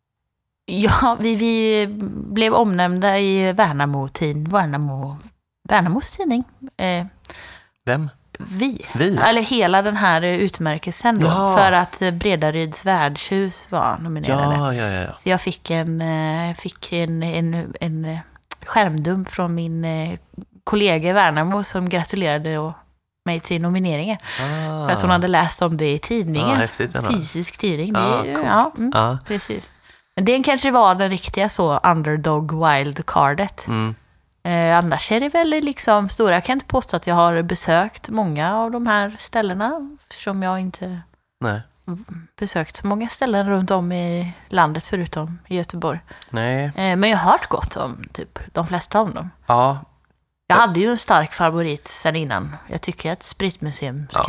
ja, vi, vi blev omnämnda i Värnamo, tin, Värnamo, Värnamos tidning. Eh, Vem? vi. Vi? Eller hela den här utmärkelsen då. Ja. För att eh, Bredaryds värdshus var nominerade. Ja, ja, ja. ja. Så jag fick en, eh, fick en, en, en eh, skärmdump från min eh, kollega i Värnamo som gratulerade och mig till nomineringen. Ah. För att hon hade läst om det i tidningen. Ja, häftigt ändå. Fysisk tidning. Det, Ja, är ju- coolt. ja, mm, Ja. precis. Men den kanske var den riktiga så underdog wildcardet. Mm. Eh, annars är det väl liksom stora. Jag kan inte påstå att jag har besökt många av de här ställena. Eftersom jag inte Nej. besökt så många ställen runt om i landet förutom i Göteborg. Nej. Eh, men jag har hört gott om typ de flesta av dem. Ja. Jag hade ju en stark favorit sen innan. Jag tycker att Spritmuseum ska,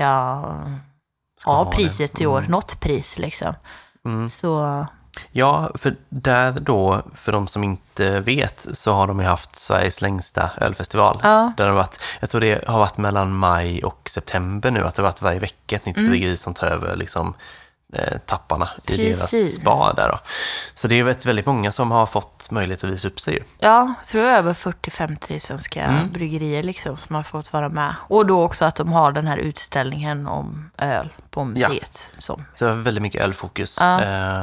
Ska ha ha priset det. i år. Mm. Något pris liksom. Mm. Så Ja, för där då, för de som inte vet, så har de ju haft Sveriges längsta ölfestival. ja, Där det har varit, jag tror det har varit mellan maj och september nu, att det har varit varje vecka ett nytt Mm. bryggeri som tar över liksom, eh, tapparna i Precis. deras bar där då. Så det är vet, väldigt många som har fått möjlighet att visa upp sig ju. ja, jag tror jag över fyrtio till femtio svenska Mm. bryggerier liksom som har fått vara med. Och då också att de har den här utställningen om öl på museet. Som. Så det var väldigt mycket ölfokus. Ja. Eh,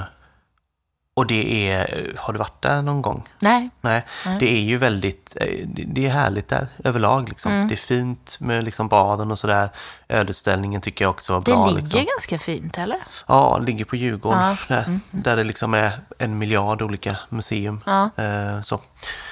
och det är, har du varit där någon gång? Nej, Nej, Nej. det är ju väldigt, eh, det det är härligt där överlag liksom. Mm. Det är fint med liksom baren och sådär. Ölutställningen tycker jag också var det bra. ligger liksom. ganska fint, eller? Ja, det ligger på Djurgården. Ja. Där, Mm. där det liksom är en miljard olika museum. Ja. Eh, så.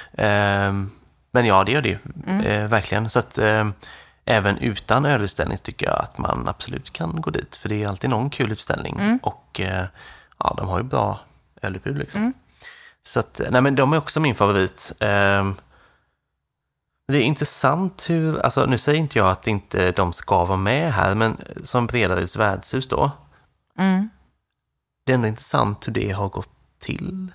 Ehm, men ja, det gör det ju. Mm. Eh, verkligen. Så att ehm, även utan ölutställning tycker jag att man absolut kan gå dit. För det är alltid någon kul utställning. Mm. Och eh, ja, de har ju bra ölutbud liksom. Mm. Så att, nej men de är också min favorit. Ehm, det är intressant hur, alltså nu säger inte jag att inte de ska vara med här, men som Bredaryds värdshus då, Mm. det är ändå intressant hur det har gått till.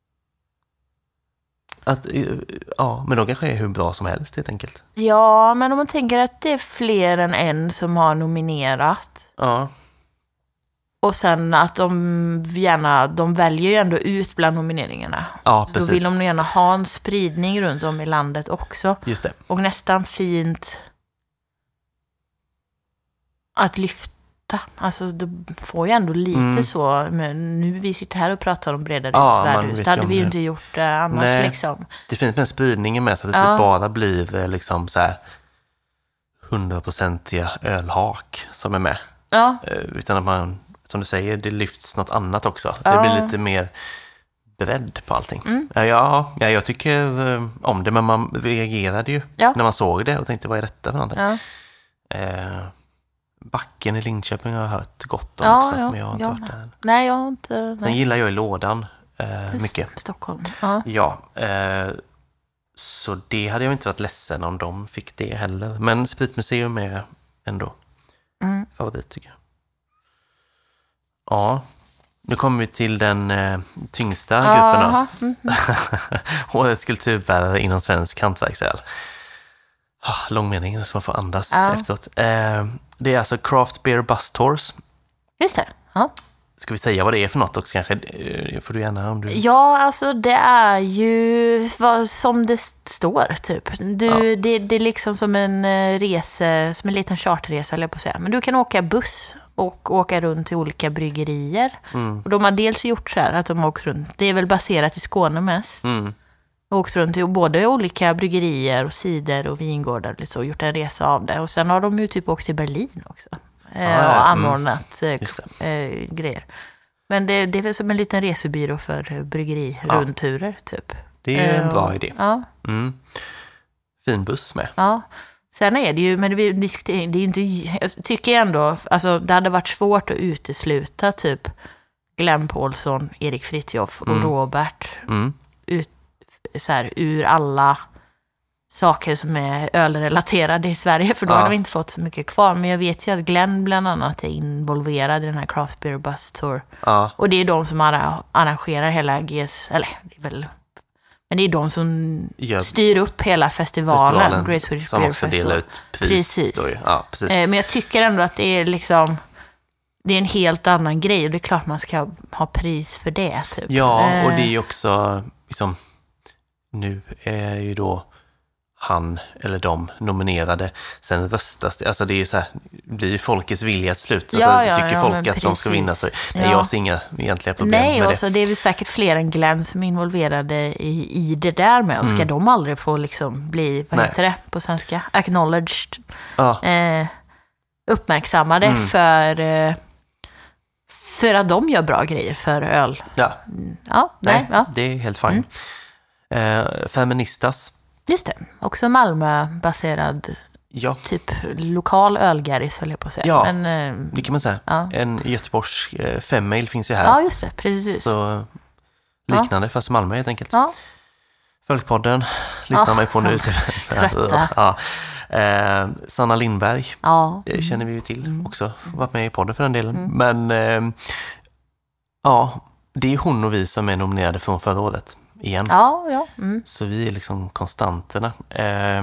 Att, eh, ja, men de kanske är hur bra som helst helt enkelt. Ja, men om man tänker att det är fler än en som har nominerat. Ja, Och sen att de gärna, de väljer ju ändå ut bland nomineringarna. ja Så då precis. vill de gärna ha en spridning runt om i landet också. Just det. Och nästan fint att lyfta Alltså du får ju ändå lite Mm. så, men nu vi sitter här och pratar om Bredared Ja, man värdhus, vet det hade ju om vi ju det. inte gjort det annars. Nej. Liksom. Det är fint med spridningen med så att det Ja. inte bara blir eh, liksom så här hundraprocentiga ölhak som är med. Ja, Eh, Utan att man, som du säger, det lyfts något annat också. Ja. Det blir lite mer bredd på allting. Mm. Ja, ja, ja, jag tycker eh, om det, men man reagerade ju Ja. när man såg det och tänkte, vad är detta för någonting? ja. Eh, Backen i Linköping har jag hört gott om Ja, också, ja, men jag har inte ja. varit där. Nej, jag har inte... Sen Nej. gillar jag i lådan eh, Just mycket. Stockholm. Ja. Ja, eh, så det hade jag inte varit ledsen om de fick det heller. Men Spritmuseum är ändå Mm. favorit tycker jag. Ja, nu kommer vi till den eh, tyngsta gruppen då. Aha. Mm. Årets kulturbärare inom svensk hantverksöl. Ah, lång mening, så man får andas Ja. efteråt. Eh, det är alltså Craft Beer Bus Tours. Just det. Ja. Ska vi säga vad det är för något också kanske? Eh, får du gärna om du... Ja, alltså det är ju vad som det står typ. Du, Ja. det, det är liksom som en eh, resa, som en liten charterresa eller på att säga. Men du kan åka buss och åka runt till olika bryggerier. Mm. Och de har dels gjort så här att de åker runt. Det är väl baserat i Skåne mest. Mm. Och åkt runt till både olika bryggerier och cider och vingårdar och så, gjort en resa av det. Och sen har de ju typ åkt till Berlin också. Eh, ja, ja. och anordnat eh, Just eh, grejer. Men det, det är väl som en liten resebyrå för bryggeri-rundturer typ. Det är ju en Eh, bra och- idé. Ja, Mm. Fin buss med. ja. Sen är det ju, men det, är- det är inte, jag tycker ändå, alltså det hade varit svårt att utesluta typ Glenn Paulsson, Erik Fritiof och Mm. Robert Mm. så här, ur alla saker som är ölrelaterade i Sverige, för då Ja. hade vi inte fått så mycket kvar. Men jag vet ju att Glenn bland annat är involverad i den här Craft Beer Bus Tour. Ja. Och det är de som arra- arrangerar hela G S, eller det är väl, men det är de som Gör styr upp hela festivalen, festivalen Great Swedish som Beer också Festival. delar ut pris. Precis. Då ju. Ja, precis. Eh, men jag tycker ändå att det är liksom, det är en helt annan grej och det är klart man ska ha pris för det. Typ. Ja, och Eh, det är ju också liksom, nu är ju då han eller de nominerade, sen röstas det, alltså det är ju så här, blir ju folkets vilja ett slut, alltså, Ja, ja, tycker ja, folk men att de ska precis. vinna, så nej, Ja. jag ser inga egentliga problem Nej, med och det. så det är väl säkert fler än Glenn som är involverade i, i det där med. Och ska Mm. de aldrig få liksom bli, vad Nej. heter det på svenska? Acknowledged. Ja, Eh, uppmärksammade Mm. för, eh, för att de gör bra grejer för öl. ja, Ja, nej, nej, ja. det är helt fine. Eh, Feministas, Just det. Också Malmö-baserad ja, typ lokal ölgäris, höll jag på att säga. Ja. Men, eh, det kan man säga. ja. En Göteborgs eh, femmail finns ju här. ja, just det. Precis. Så liknande, fast Malmö helt enkelt. Ja. Folkpodden lyssnar Ja, man ju på nu. trötta. ja. eh, Sanna Lindberg Ja. eh, känner vi ju till Mm. också. Varit med i podden för den delen. Men eh, ja, det är hon och vi som är nominerade från förra året igen. Ja, ja. Mm. Så vi är liksom konstanterna. Eh,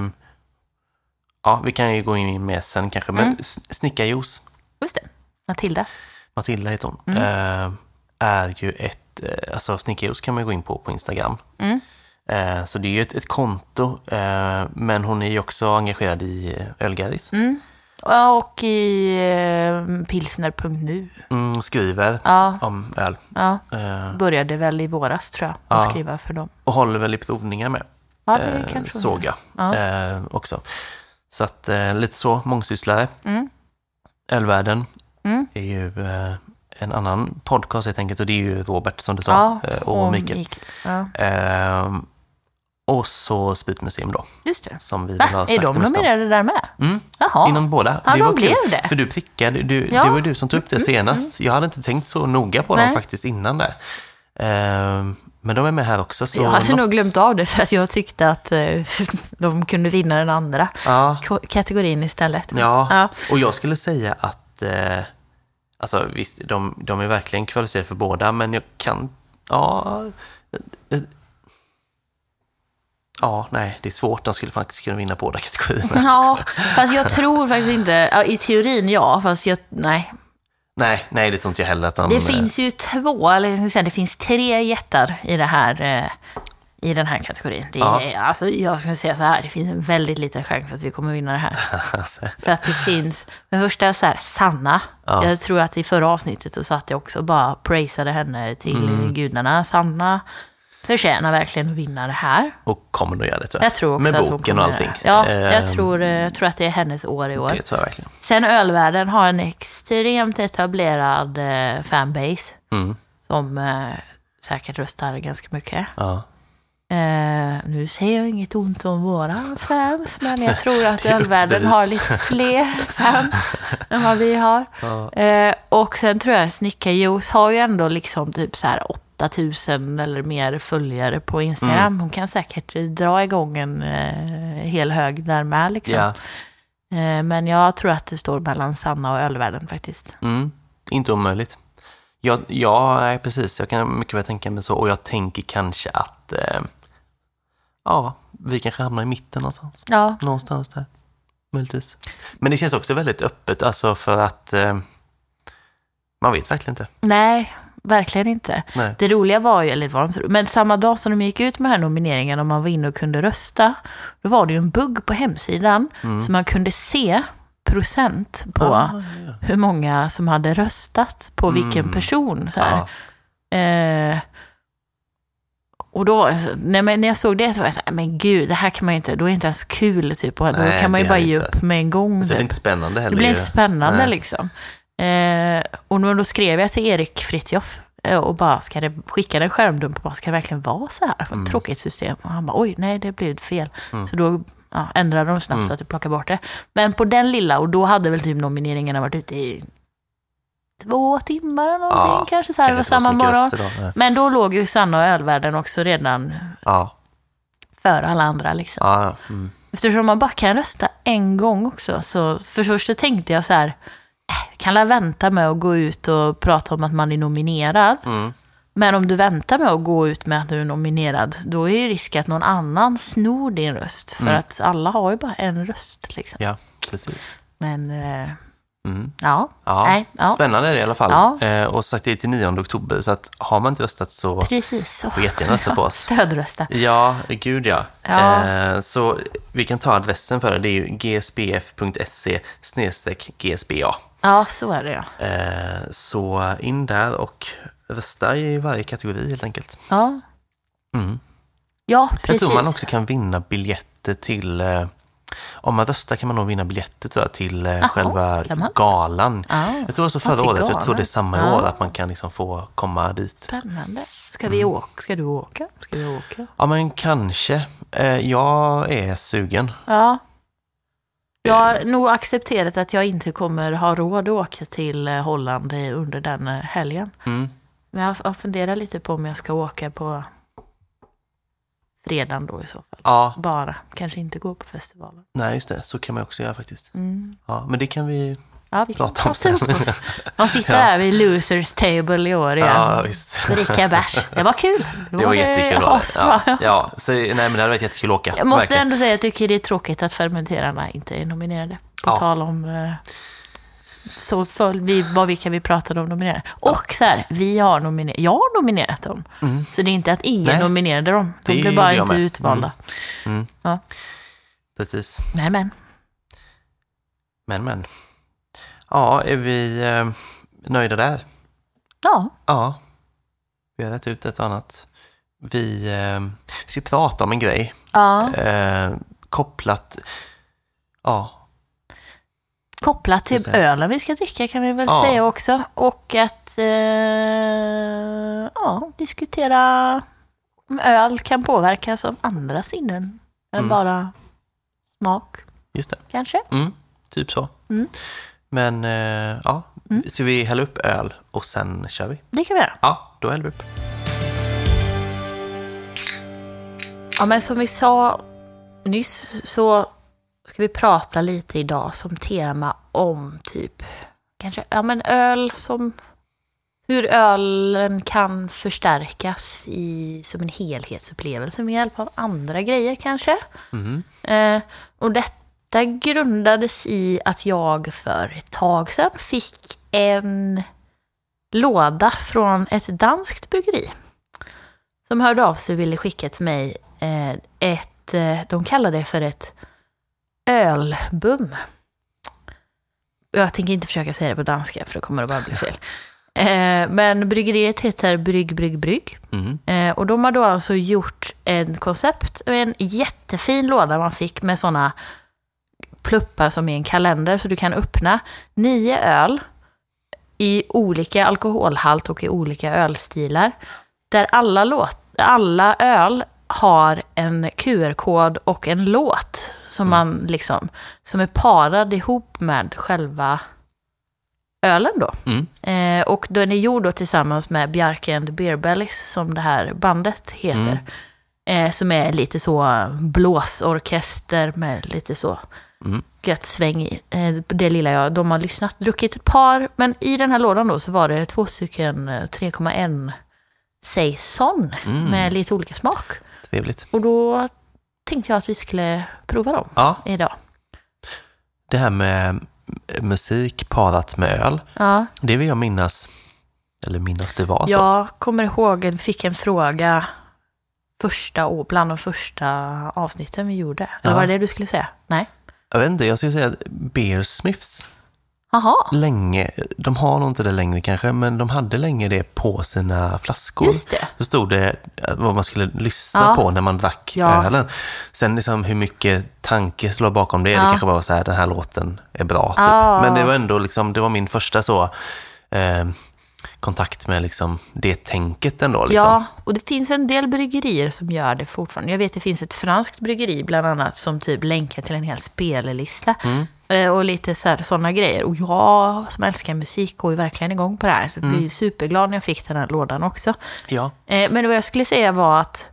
ja, vi kan ju gå in med sen kanske. Men Mm. S- Snickarjuice, Just det. Matilda. Matilda heter hon, Mm. eh, är ju ett, eh, alltså Snickarjuice kan man ju gå in på på Instagram. Mm. Eh, så det är ju ett, ett konto, eh, men hon är ju också engagerad i eh, Ölgäris. Mm. Ja, och i eh, pilsner punkt nu. Mm, skriver Ja, om öl. ja. Eh, Började väl i våras, tror jag, att Ja. skriva för dem. och håller väl i provningar med. Ja, det eh, kanske hon såg gör. jag Ja. eh, också. Så att eh, lite så, mångsysslare. Mm. Ölvärlden Mm. är ju eh, en annan podcast helt enkelt, och det är ju Robert som du sa, Ja, eh, och Mikael. Mikael. Ja. Eh, och så Spritmuseum då, Just det. som vi Va? väl har Är sagt de det mesta om. nominerade där med? Mm, Jaha. inom båda. Ja, det de var blev kul, det. för du prickade, du, Ja. det var du som tog upp det Mm, senast. Jag hade inte tänkt så noga på dem Nej. faktiskt innan det. Eh, men de är med här också. Så Jag hade något- nog glömt av det för att jag tyckte att eh, de kunde vinna den andra Ja, k- kategorin istället. ja. Ja. Och jag skulle säga att eh, alltså visst, de, de är verkligen kvalificerade för båda, men jag kan, ja, eh, ja, nej, det är svårt. De skulle faktiskt kunna vinna båda kategorierna. Ja, fast jag tror faktiskt inte, ja, i teorin ja, fast jag, nej. Nej, nej, det tror inte jag heller att de... Det eh, finns ju två, eller jag ska säga, det finns tre jättar i det här, eh, i den här kategorin. Det Ja. är, alltså, jag skulle säga så här, det finns en väldigt liten chans att vi kommer vinna det här. För att det finns, men första så här, Sanna. Ja. Jag tror att i förra avsnittet så satt jag också bara praisade henne till Mm. gudarna. Sanna förtjänar verkligen att vinna det här. Och kommer nog göra det, tror jag. Jag tror också Med att hon boken kommer och allting. Ja, jag Ehm, tror, jag tror att det är hennes år i år. Det tror jag verkligen. Sen Ölvärlden har en extremt etablerad eh, fanbase Mm. som eh, säkert röstar ganska mycket. Ja. Eh, nu säger jag inget ont om våra fans, men jag tror att Det är Ölvärlden uppbevis. har lite fler fans än vad vi har. Ja. Eh, och sen tror jag Snickarjuice har ju ändå liksom typ så här åtta tusen eller mer följare på Instagram. Mm. Hon kan säkert dra igång en eh, hel hög där med liksom. Ja. Eh, men jag tror att det står mellan Sanna och Ölvärlden faktiskt. Mm. Inte omöjligt. Ja, ja, nej, precis. Jag kan mycket väl tänka mig så. Och jag tänker kanske att eh, ja, vi kanske hamnar i mitten någonstans. Ja, Någonstans där. Möjligtvis. Men det känns också väldigt öppet. Alltså för att eh, man vet verkligen inte. nej, verkligen inte. Nej. Det roliga var ju, eller det var inte roligt, men samma dag som de gick ut med den här nomineringen och man var inne och kunde rösta, då var det ju en bugg på hemsidan Mm. så man kunde se procent på Ah, ja. hur många som hade röstat på vilken Mm. person. Så här. Ja. Eh, och då, nej, men när jag såg det så var jag så här, men gud, det här kan man ju inte, då är det inte ens kul typ, och då Nej, kan man ju det bara är ge inte. upp med en gång. Så det är typ. inte spännande heller. Det blir ju. inte spännande Nej. liksom. Eh, och då, då skrev jag till Erik Fritjof eh, och bara, ska det skicka en skärmdump och bara, ska det verkligen vara så här? Mm. Tråkigt system. Och han bara, oj, nej, det blev fel. Mm. Så då ja, ändrade de snabbt Mm. så att det plockade bort det. Men på den lilla, och då hade väl typ nomineringarna varit ute i två timmar eller någonting, Ja, kanske så här, det var Kanske inte samma så mycket morgon. röster då. Nej. Men då låg ju Sanna och Ölvärlden också redan Ja, före alla andra liksom. ja, ja. Mm. Eftersom man bara kan rösta en gång också. Så för först så tänkte jag så här, äh, jag kan la vänta med att gå ut och prata om att man är nominerad. Mm. Men om du väntar med att gå ut med att du är nominerad, då är ju risk att någon annan snor din röst. För Mm. att alla har ju bara en röst liksom. Ja, precis. Men eh, Mm. ja, Ja. nej, ja. Spännande är det i alla fall. Ja. Eh, och sagt det är till nionde oktober, så att har man inte röstat så Precis så. får jättegärna rösta på oss. Stödrösta. Ja, gud ja. Ja. Eh, så vi kan ta adressen för det. Det är ju g s b f punkt s e snedstreck g s b a. Ja, så är det ja. Eh, så in där och rösta i varje kategori helt enkelt. Ja, Mm. ja Jag precis. tror man också kan vinna biljetter till... Eh, om man röstar kan man nog vinna biljetter tror jag, till eh, Jaha, själva kan man? galan. Ja, Jag tror också Ja, förra till året, jag galan. tror det är samma Ja. år, att man kan liksom få komma dit. Spännande. Ska vi åka? Ska du åka? Ska vi åka? Ja, men kanske. Eh, jag är sugen. Ja. Jag har nog accepterat att jag inte kommer ha råd att åka till eh, Holland eh, under den eh, helgen. Mm. Men jag har funderat lite på om jag ska åka på fredagen då i så fall. Ja, Bara, kanske inte gå på festivalen. nej just det. Så kan man också göra faktiskt. Mm. Ja, men det kan vi Ja, vi kan prata om ta sig sen. upp oss. Man sitter Ja. där vid losers table i år igen. Ja, visst. Dricka bärs. Det var kul. Det var jättekul. Ja, Ja, ja, ja. Så, nej, men det hade varit jättekul att åka. Jag måste verkligen. ändå säga att jag tycker det är tråkigt att fermenterarna inte är nominerade. På Ja. tal om eh, så för vi, vad vilka vi pratade om nominerade. Och så här, vi har nominerat, jag har nominerat dem. Mm. Så det är inte att ingen Nej. nominerade dem. De Det blev bara gjorde jag inte med. utvalda. Mm. Ja. Precis. Nej men. Men, men. Ja, är vi eh, nöjda där? Ja. Ja. Vi har rätt ut ett och annat. Vi eh, ska prata om en grej. Ja. Eh, kopplat... Ja. Kopplat till Ska vi säga. ölen vi ska dricka kan vi väl Ja. säga också. Och att eh, ja, diskutera om öl kan påverkas av andra sinnen än Mm. bara smak Just det. kanske. Mm, typ så. Mm. Men eh, ja, Mm. ska vi hälla upp öl och sen kör vi? Det kan vi göra. Ja, då häller vi upp. Ja, men som vi sa nyss så ska vi prata lite idag som tema om typ kanske ja, men öl som hur ölen kan förstärkas i, som en helhetsupplevelse med hjälp av andra grejer kanske. Mm. Eh, och detta grundades i att jag för ett tag sedan fick en låda från ett danskt bryggeri. som hörde av sig och ville skicka till mig eh, ett, eh, de kallar det för ett ölbum. Jag tänker inte försöka säga det på danska för då kommer det bara bli fel. Eh, men bryggeriet heter Brygg, Brygg, Brygg. Mm. Eh, och de har då alltså gjort en koncept, en jättefin låda man fick med såna pluppar som är en kalender så du kan öppna nio öl i olika alkoholhalt och i olika ölstilar. Där alla, låt, alla öl har en Q R-kod och en låt som, man liksom, som är parad ihop med själva ölen då. Mm. Eh, och den är gjord då tillsammans med Bjarke and the Beer Bellies som det här bandet heter. Mm. Eh, som är lite så blåsorkester med lite så mm. gött sväng i. Eh, det lilla jag, de har lyssnat, druckit ett par. Men i den här lådan då så var det två stycken tre komma ett Saison mm. med lite olika smak. Trevligt. Och då tänkte jag att vi skulle prova dem ja. idag. Det här med musik parat med öl, ja. det vill jag minnas, eller minnas det var så. Jag kommer ihåg att fick en fråga första och bland de första avsnitten vi gjorde. Eller ja. var det det du skulle säga? Nej. Jag vet inte, jag skulle säga Beersmiths. Aha. Länge, de har nog inte det längre kanske, men de hade länge det på sina flaskor. Just det. Så stod det vad man skulle lyssna ja. på när man drack ja. ölen. Sen liksom hur mycket tanke slår bakom det. Ja. Det kanske bara var så här, den här låten är bra. Typ. Ja. Men det var ändå liksom, det var min första så eh, kontakt med liksom det tänket ändå. Liksom. Ja, och det finns en del bryggerier som gör det fortfarande. Jag vet det finns ett franskt bryggeri bland annat som typ länkar till en hel spellista. Mm. Och lite så här, sådana grejer. Och jag som älskar musik går ju verkligen igång på det här. Så jag blir mm. superglad när jag fick den här lådan också. Ja. Men vad jag skulle säga var att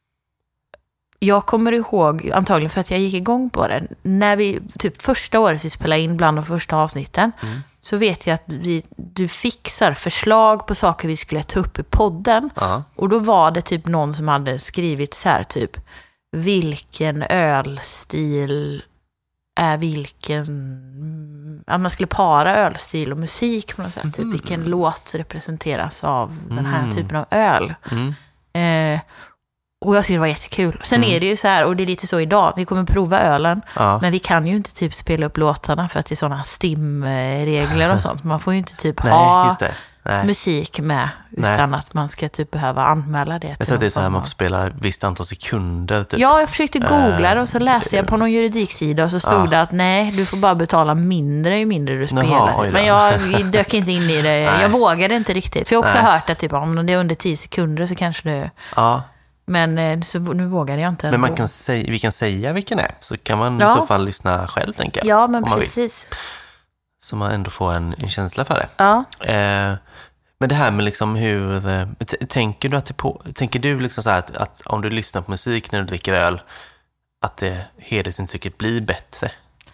jag kommer ihåg, antagligen för att jag gick igång på det. När vi, typ första året vi spelade in bland de första avsnitten. Mm. Så vet jag att vi, du fixar förslag på saker vi skulle ta upp i podden. Uh-huh. Och då var det typ någon som hade skrivit så här typ. Vilken ölstil är vilken, att man skulle para ölstil och musik på något sätt. Mm. Typ vilken låt representeras av mm. den här typen av öl. Mm. Eh, och jag tycker det var jättekul. Sen mm. är det ju så här, och det är lite så idag, vi kommer prova ölen, ja. men vi kan ju inte typ spela upp låtarna för att det är sådana stimregler och sånt. Man får ju inte typ Nej, ha just det. Nej. musik med utan Nej. att man ska typ behöva anmäla det. Jag tror att det är så här, man får spela visst antal sekunder. Typ. Ja, jag försökte googla det och så läste jag på någon juridiksida och så stod ja. det att nej, du får bara betala mindre ju mindre du spelar. Jaha, men jag dök inte in i det. Jag vågade inte riktigt. För jag har också nej. hört att typ, om det är under tio sekunder så kanske det... Ja. Men så, nu vågade jag inte. Men man kan säga, vi kan säga vilken är. Så kan man ja. i så fall lyssna själv, tänker jag. Ja, men precis. Så man ändå får en, en känsla för det. Ja. Eh, men det här med liksom hur... T- tänker du, att det på, tänker du liksom så här att, att om du lyssnar på musik när du dricker öl, att det helhetsintrycket blir bättre?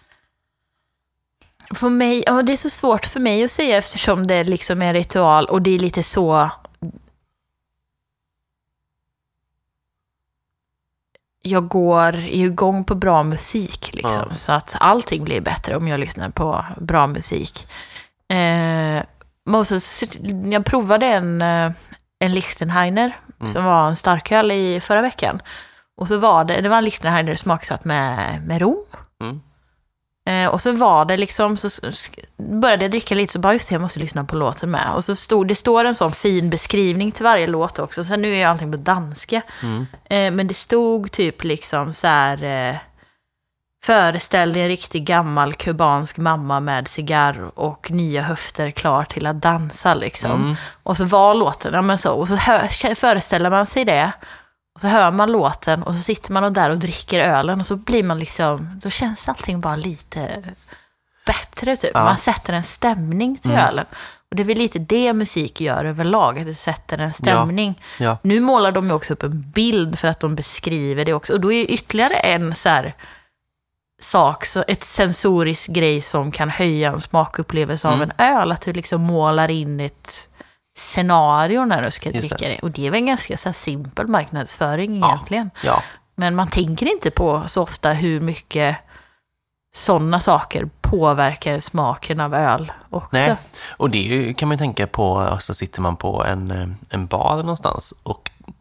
För mig, ja, det är så svårt för mig att säga eftersom det liksom är en ritual och det är lite så... Jag går igång på bra musik liksom, ja. så att allting blir bättre om jag lyssnar på bra musik. Eh, jag provade en, en Lichtenheiner mm. som var en starköl i förra veckan. Och så var det, det var en Lichtenheiner smaksatt med, med rom. Mm. Eh, och så var det liksom, så började jag dricka lite så bara just det, jag måste lyssna på låten med. Och så stod, det står en sån fin beskrivning till varje låt också. Sen nu är allting på danska. Mm. Eh, men det stod typ liksom så här... Eh, föreställ dig en riktigt gammal kubansk mamma med cigarr och nya höfter klar till att dansa liksom. Mm. Och så var låten, ja men så. Och så hör, föreställer man sig det. Och så hör man låten och så sitter man där och dricker ölen och så blir man liksom, då känns allting bara lite bättre typ. Ja. Man sätter en stämning till mm. ölen. Och det är väl lite det musik gör överlag, att det sätter en stämning. Ja. Ja. Nu målar de ju också upp en bild för att de beskriver det också. Och då är ytterligare en så här sak, så ett sensorisk grej som kan höja en smakupplevelse mm. av en öl, att du liksom målar in ett scenario när du ska dricka det. det. Och det är väl en ganska så här simpel marknadsföring ja. egentligen. Ja. Men man tänker inte på så ofta hur mycket sådana saker påverkar smaken av öl också. Nej. Och det kan man tänka på, alltså sitter man på en, en bar någonstans och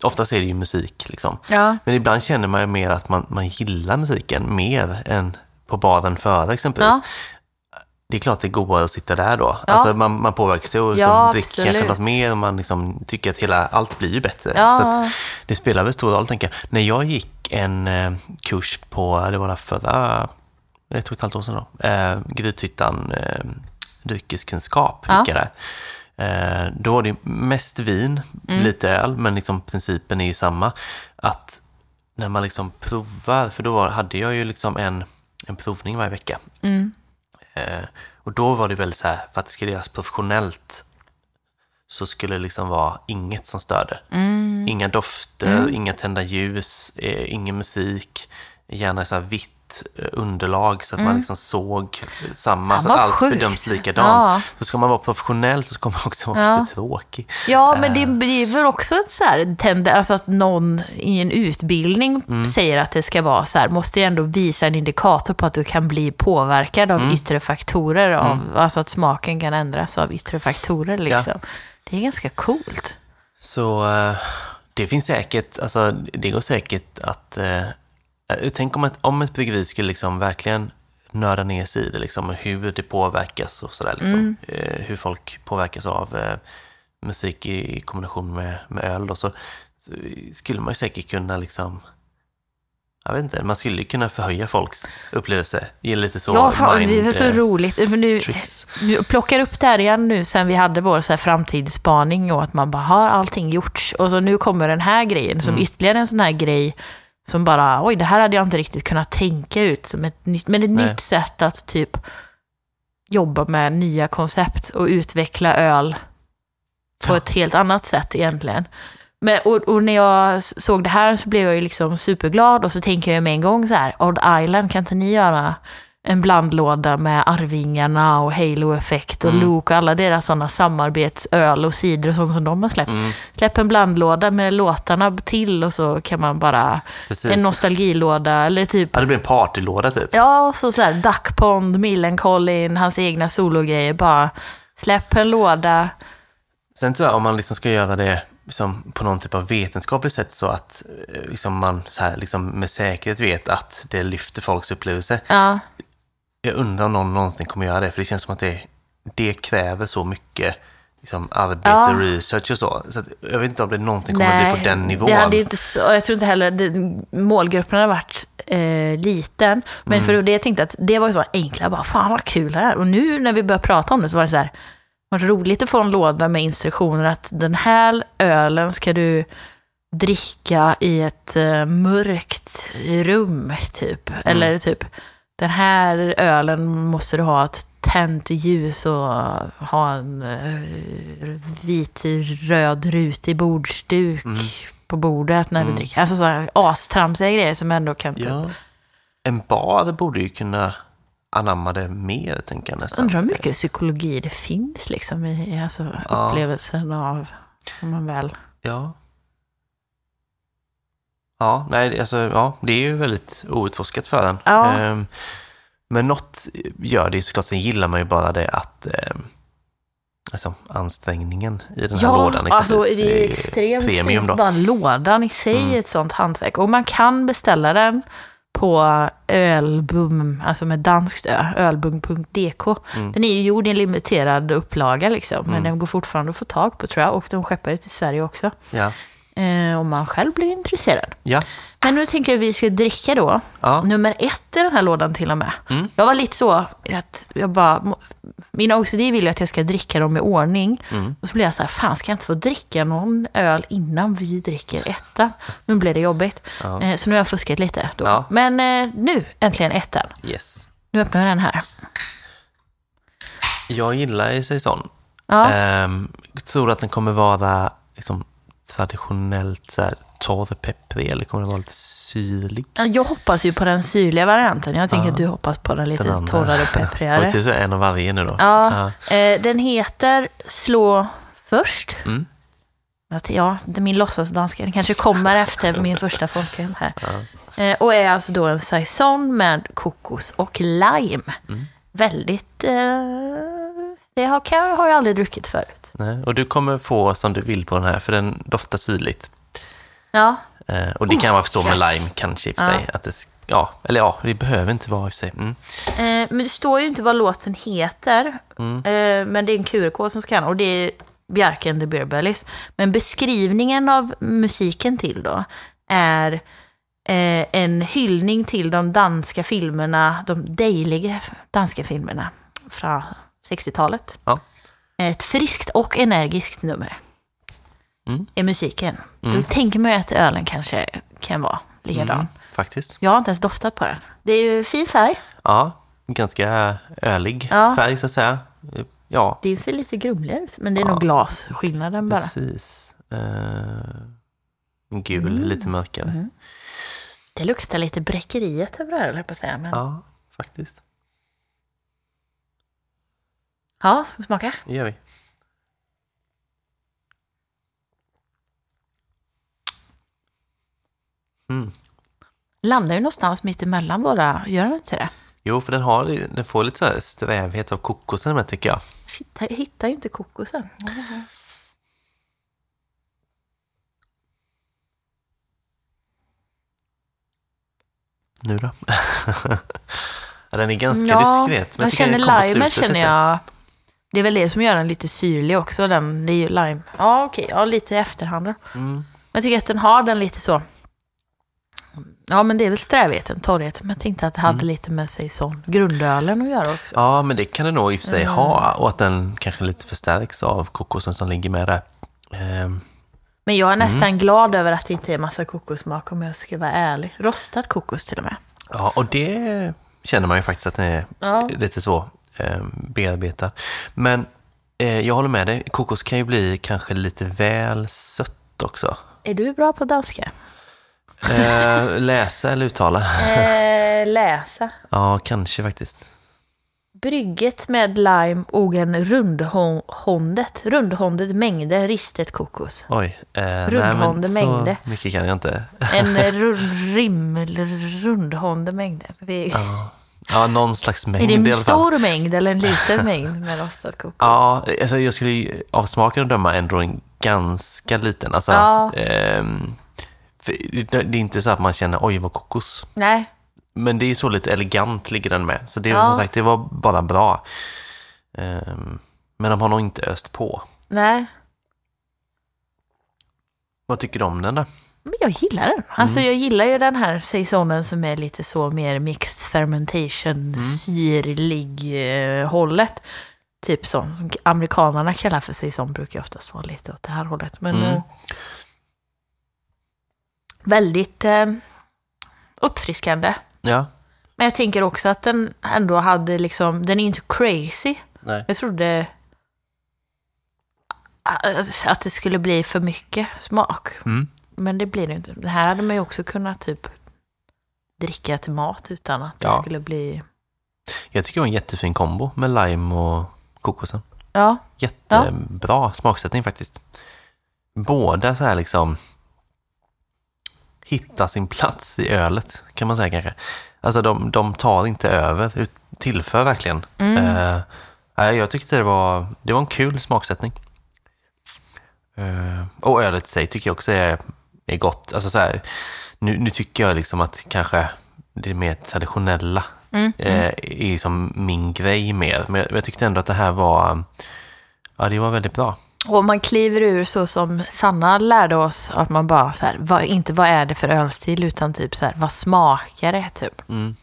oftast är det ju musik liksom. Ja. Men ibland känner man ju mer att man, man gillar musiken mer än på baren före exempelvis. Ja. Det är klart det är godare att sitta där då. Ja. Alltså man, man påverkas ju och Ja, liksom dricker kanske absolut. något mer och man liksom tycker att hela, allt blir ju bättre. Ja. Så att det spelar väl stor roll, tänker jag. När jag gick en eh, kurs på, det var där förra, jag tror ett halvt år sedan då, eh, Grythyttan eh, dryckeskunskap, Ja. gick jag där. Eh, då var det mest vin, Mm. lite öl, men liksom principen är ju samma. Att när man liksom provar, för då var, hade jag ju liksom en, en provning varje vecka. Mm. Eh, och då var det väl så här, för att det skulle göras professionellt så skulle det liksom vara inget som störde. Mm. Inga dofter, Mm. inga tända ljus, eh, ingen musik, gärna så här vitt eh, underlag så att man liksom såg samma, Fan, så att vad allt sjukt. bedöms likadant. Ja. Så ska man vara professionell så ska man också vara Ja. lite tråkig. Ja, men det blir väl också ett så här tende, alltså att någon i en utbildning Mm. säger att det ska vara så här, måste ju ändå visa en indikator på att du kan bli påverkad av Mm. yttre faktorer, av, Mm. alltså att smaken kan ändras av yttre faktorer liksom. Det är ganska coolt. Så eh, det finns säkert, alltså det går säkert att eh, tänk om ett, om ett bryggeri skulle liksom verkligen nörda ner sig i det liksom, och hur det påverkas och sådär liksom, Mm. eh, hur folk påverkas av eh, musik i, i kombination med, med öl då, så, så skulle man ju säkert kunna liksom, jag vet inte, man skulle ju kunna förhöja folks upplevelse, ge lite så Ja, fan, mind, det är så eh, roligt. För nu, tricks. nu plockar upp det här igen nu sen vi hade vår så här framtidsspaning och att man bara har allting gjorts. Och så nu kommer den här grejen som Mm. ytterligare en sån här grej som bara, oj, det här hade jag inte riktigt kunnat tänka ut som ett nytt, men ett Nej. nytt sätt att typ jobba med nya koncept och utveckla öl på Ja. ett helt annat sätt egentligen. Men, och, och när jag s- såg det här så blev jag ju liksom superglad och så tänker jag med en gång så här, Odd Island, kan inte ni göra en blandlåda med Arvingarna och Halo Effect och Mm. Luke och alla deras sådana samarbetsöl och cider och sånt som de har släppt. Mm, Släpp en blandlåda med låtarna till och så kan man bara, precis. en nostalgilåda eller typ, Ja, det blir en partylåda typ. ja, och så, så här Duck Pond, Millencolin, hans egna sologrejer, bara släpp en låda. Sen tror jag om man liksom ska göra det liksom på någon typ av vetenskapligt sätt så att eh, liksom man så här, liksom med säkerhet vet att det lyfter folks upplevelse. Ja, Jag undrar om någon någonsin kommer göra det, för det känns som att det, det kräver så mycket liksom, arbete, Ja. research och så. Så att, jag vet inte om det någonsin kommer bli på den nivån. Det hade ju inte så, jag tror inte heller det, målgruppen har varit eh, liten. Men Mm. för det jag tänkte att det var ju så enkla, bara fan vad kul det här. Och nu när vi börjar prata om det så var det så här, vad roligt att få en låda med instruktioner att den här ölen ska du dricka i ett eh, mörkt rum typ. Mm. Eller typ, den här ölen måste du ha ett tänt ljus och ha en eh, vit röd rutig bordsduk Mm. på bordet när Mm. du dricker. Alltså sådana astramsiga grejer som ändå kan typ, Ja. En bar borde ju kunna anamma det mer, tänker jag nästan. undrar hur mycket psykologi det finns liksom i alltså, Ja. upplevelsen av om man väl. Ja. Ja, nej, alltså, ja, det är ju väldigt outforskat för en. Ja. Ehm, men något gör det såklart, sen gillar man ju bara det att ehm, alltså, ansträngningen i den här lådan alltså exempelvis det är är extremt premium fint. då. Bara lådan i sig Mm. är ett sånt hantverk. Och man kan beställa den på ölbum, alltså med danskt ö, ölbum punkt d k. Mm. Den är ju gjord i en limiterad upplaga liksom, men Mm. den går fortfarande att få tag på tror jag. Och de skeppar ut till Sverige också. Ja. Eh, om man själv blir intresserad. Ja. Men nu tänker jag att vi ska dricka då. Ja. Nummer ett i den här lådan till och med. Mm. Jag var lite så att jag bara, min O C D vill ju att jag ska dricka dem i ordning. Mm. Och så blev jag så här, fan ska jag inte få dricka någon öl innan vi dricker ettan? Nu blev det jobbigt. Ja. Eh, så nu har jag fuskat lite då. Ja. Men eh, nu, äntligen ettan. Yes. Nu öppnar jag den här. Jag gillar ju Saison. Ja, Ehm, jag tror att den kommer vara liksom, traditionellt så här, torr, pepprig, eller kommer den vara lite syrlig? jag hoppas ju på den syrliga varianten. Jag tänker Ja. att du hoppas på den lite Den andra. torrare och Och pepprigare. det är en av varje nu då. Ja, eh, den heter Slå först. Mm. Att, ja, det är min låtsasdanska. Den kanske kommer efter min första folköl här. Ja. Eh, och är alltså då en saison med kokos och lime. Mm. Väldigt... Eh, det har, kan, har jag aldrig druckit förut. Nej. Och du kommer få som du vill på den här, för den doftar syrligt. Ja. Eh, och det kan Oh, man förstå med yes. lime kanske i och för Ja. sig. Att det, ja, eller ja, det behöver inte vara i och för sig. Mm. Eh, men det står ju inte vad låten heter. Mm. Eh, men det är en Q R-kod som ska och det är Bjarke and the Beer Bellies. Men beskrivningen av musiken till då är eh, en hyllning till de danska filmerna, de dejliga danska filmerna från sextiotalet. Ja. Ett friskt och energiskt nummer Mm. är musiken. Mm. Då tänker man ju att ölen kanske kan vara likadan. Mm, faktiskt. Jag har inte ens doftat på den. Det är ju fin färg. Ja, ganska ölig Ja. färg så att säga. Ja, Det ser lite grumligare ut, men det är Ja. nog glasskillnaden bara. precis. Uh, gul, Mm. lite mörkare. Mm. Det luktar lite bräckeriet över det här, höll jag på att säga. Men... Ja. Ja, faktiskt. ja, ska vi smaka? Det gör vi. Mm. Landar ju någonstans mitt emellan båda, gör den inte det? Jo, för den, har, den får lite så här strävhet av kokosen med tycker jag. Shit, jag hittar ju inte kokosen. Nu då? Ja, den är ganska Ja, diskret. Men jag tycker den känner kom på limen, slutet känner lite. jag. Det är väl det som gör den lite syrlig också, den, det är ju lime. Ja, okej, ja, lite i efterhand då. Mm. Men jag tycker att den har den lite så. Ja, men det är väl strävheten, torrheten. Men jag tänkte att det hade Mm. lite med sig sån grundölen att göra också. Ja, men det kan det nog i och för sig Mm. ha. Och att den kanske lite förstärks av kokosen som ligger med där. Ehm, Men jag är nästan Mm. glad över att det inte är massa kokossmak om jag ska vara ärlig. Rostad kokos till och med. ja, och det känner man ju faktiskt att den är Ja. lite så eh, bearbetad. Men eh, jag håller med dig. Kokos kan ju bli kanske lite väl sött också. Är du bra på danska? Eh, läsa eller uttala? Eh, läsa. Ja, kanske faktiskt. Brygget med lime och en rundhåndet. Rundhåndet mängde ristet kokos. Oj. Eh, nej, Rundhånde men så mängde. mycket kan jag inte. En ru- rim, rundhånde mängde. Vi- Ja, ja någon slags mängd Är det i en alla fall. stor mängd eller en liten mängd med rostad kokos? Ja, alltså jag skulle ju av smaken att döma ändå en ganska liten. Alltså, Ja. ehm, för det det är inte så att man känner oj vad kokos. Nej. Men det är så lite elegant ligger den med. Så det är Ja. som sagt, det var bara bra. Ehm, men de har nog inte öst på. Nej. Vad tycker du om den då? Men jag gillar den. Alltså Mm. jag gillar ju den här säsongen som är lite så mer mixed fermentation, Mm. syrlig eh, hållet. Typ så, som amerikanerna kallar för säsong brukar jag oftast vara lite åt det här hållet. Men Mm. eh, väldigt eh, uppfriskande. Ja. Men jag tänker också att den ändå hade liksom, den är inte crazy. Nej. Jag trodde att det skulle bli för mycket smak. Mm. Men det blir det inte. Det här hade man ju också kunnat typ dricka till mat utan att det Ja. skulle bli... Jag tycker det var en jättefin kombo med lime och kokosen. Ja, Jättebra smaksättning faktiskt. Båda så här liksom hitta sin plats i ölet kan man säga kanske. Alltså de, de tar inte över, ut- tillför verkligen. Mm. Eh, nej, jag tyckte det var, det var en kul smaksättning. Eh, och ölet i sig tycker jag också är, är gott. Alltså så här, nu, nu tycker jag liksom att kanske det mer traditionella Mm. eh, är som min grej mer. Men jag, jag tyckte ändå att det här var, ja det var väldigt bra. Och om man kliver ur så som Sanna lärde oss att man bara så här, vad, inte vad är det för ölstil utan typ så här, vad smakar det typ. Mm.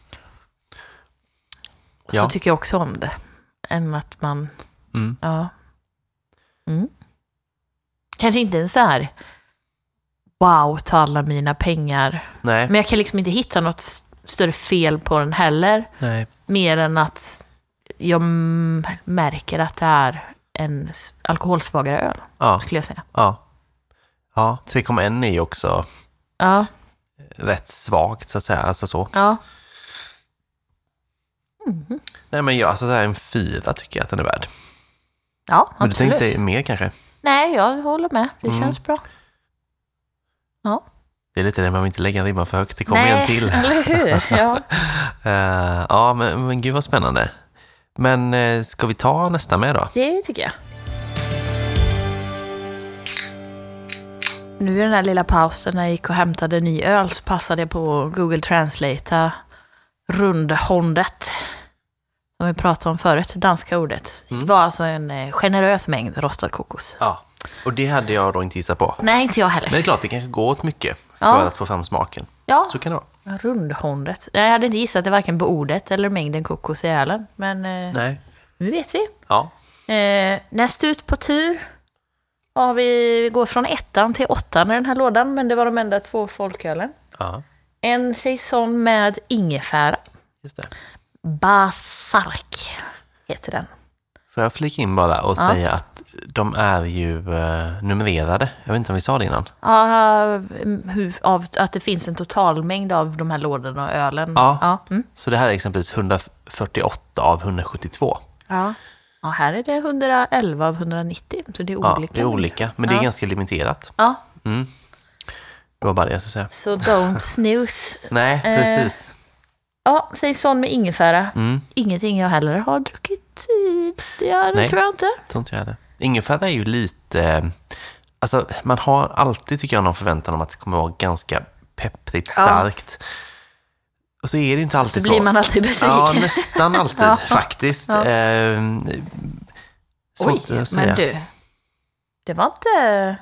Så Ja. tycker jag också om det. Än att man, Mm. ja. Mm. Kanske inte en så här wow, ta alla mina pengar. Nej. Men jag kan liksom inte hitta något s- större fel på den heller. Nej. Mer än att jag m- märker att det är en s- alkoholsvagare öl, Ja. skulle jag säga. Ja. Ja, tre komma ett är ju också Ja, rätt svagt så att säga. Alltså så. ja. Mhm. Nej men jag, alltså så här, en fyra tycker jag att den är värd. Ja, Men du absolut. tänkte mer kanske? Nej, jag håller med. Det Mm. känns bra. Det är lite det, man vill inte lägga ribban för högt. Det kommer en till. eller hur? Ja. Eh, ja, men, men gud vad spännande. Men uh, ska vi ta nästa med då? Det tycker jag. Nu i den här lilla pausen när jag gick och hämtade ny öl så passade jag på Google Translate rundhåndet som vi pratade om förut, danska ordet. Mm. Det var alltså en eh, generös mängd rostad kokos. Ja, och det hade jag då inte gissat på. Nej, inte jag heller. Men det är klart, det kanske går åt mycket för ja. att få fram smaken. Ja, så kan det vara. Rundhåndet. Jag hade inte gissat det varken på ordet eller mängden kokos i ölen. Men eh, Nej. nu vet vi. Ja. Eh, näst ut på tur har vi, vi går från ettan till åttan i den här lådan, men det var de enda två folkölen. Ja. En saison med ingefära. Just det. Basark heter den. Får jag flika in bara och ja. säga att de är ju uh, numrerade. Jag vet inte om vi sa det innan. Ja, hur, av, att det finns en totalmängd av de här lådorna och ölen. Ja, ja. Mm. Så det här är exempelvis hundrafyrtioåtta av hundrasjuttiotvå. Ja. Ja, här är det hundraelva av hundranittio, så det är ja, olika. det är olika, men ja. det är ganska limiterat. Ja. Mm. Det var bara det jag skulle säga. Så don't snooze. Nej, precis. Eh, ja, säg sån med ingefära. Mm. Ingenting jag heller har druckit. Ja, det Nej, tror jag inte. tror inte jag hade. Ingefära är ju lite... Alltså, man har alltid, tycker jag, någon förväntan om att det kommer vara ganska pepprigt, starkt. Ja. Och så är det inte alltid så. Så blir man alltid besviken. Ja, nästan alltid ja. faktiskt. Ja. Eh, Oj, att säga. Men du, det var inte...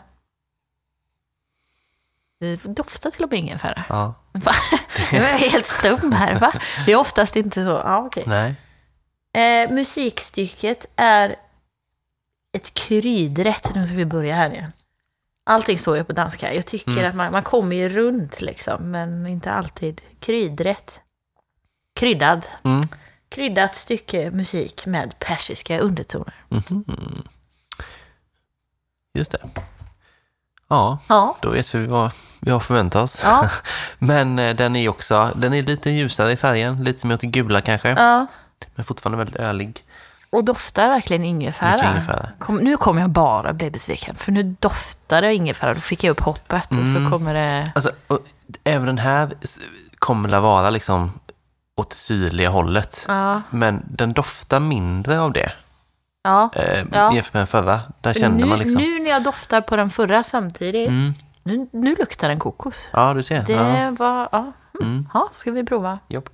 Det doftar till och med ingefära. Ja. Det var helt stum här, va? Det är oftast inte så. Ja, okej. Nej. Eh, musikstycket är ett kryddrätt. Nu ska vi börja här igen. Allting står ju på danska. Jag tycker mm. att man, man kommer ju runt liksom, men inte alltid. Kryddrätt. Kryddad. Mm. Kryddat stycke musik med persiska undertoner. Mm-hmm. Just det. Ja, ja, då vet vi vad vi har förväntat oss. Ja. Men eh, den är också, den är lite ljusare i färgen, lite mer åt gula kanske. Ja. Men fortfarande väldigt ölig. Och doftar verkligen ingefära. ingefära. Kom, nu kommer jag bara bli besviken, för nu doftar det ingefära. Då fick jag upp hoppet mm. och så kommer det... Alltså, och, även den här kommer att vara liksom åt det syrliga hållet. Ja. Men den doftar mindre av det. Ja. Eh, ja. Jämfört med den förra. Där kände nu, man liksom... Nu när jag doftar på den förra samtidigt, mm. nu, nu luktar den kokos. Ja, du ser. Det ja. var... Ja. Mm. Mm. ja, ska vi prova? Jobb.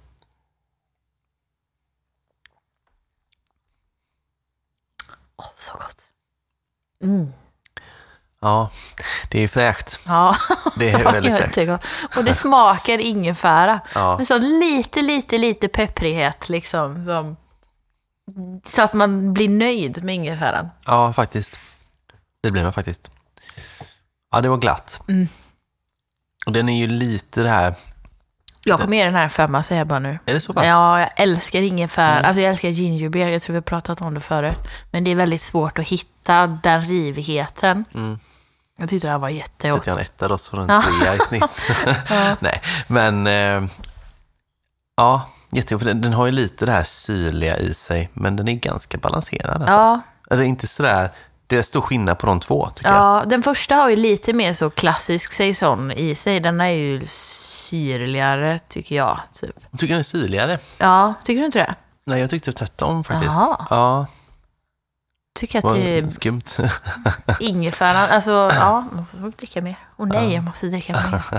Åh, oh, så gott. Mm. Ja, det är fräscht. Ja, det är väldigt fräscht. Och det smakar ingefära. Ja. Men så lite, lite, lite pepprighet liksom. Som, så att man blir nöjd med ingefäran. Ja, faktiskt. Det blir man faktiskt. Ja, det var glatt. Mm. Och den är ju lite det här... Jag kommer ge den här femma, säger jag bara nu. Är det så pass? Ja, jag älskar ingefära. Mm. Alltså jag älskar ginger beer. Jag tror vi har pratat om det förut. Men det är väldigt svårt att hitta den rivigheten. Mm. Jag tyckte det här var jättegott. Sätter jag en etta då så den trea i snitt. Ja. Nej, men... Eh, ja, jättegott. För den, den har ju lite det här syrliga i sig. Men den är ganska balanserad. Alltså. Ja. Alltså inte sådär... Det är stor skillnad på de två, tycker ja, jag. Den första har ju lite mer så klassisk saison i sig. Den är ju syrligare, tycker jag. Typ. Jag tycker den är syrligare. Ja, tycker du inte det? Nej, jag tyckte tvärtom faktiskt. Jaha. Ja. Tycker att det är skumt. ingefäran. Alltså, ja, jag måste dricka mer. Och nej, jag måste dricka mer.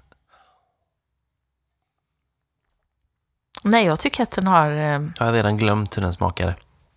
Nej, jag tycker att den har... Eh... Jag har redan glömt hur den smakade.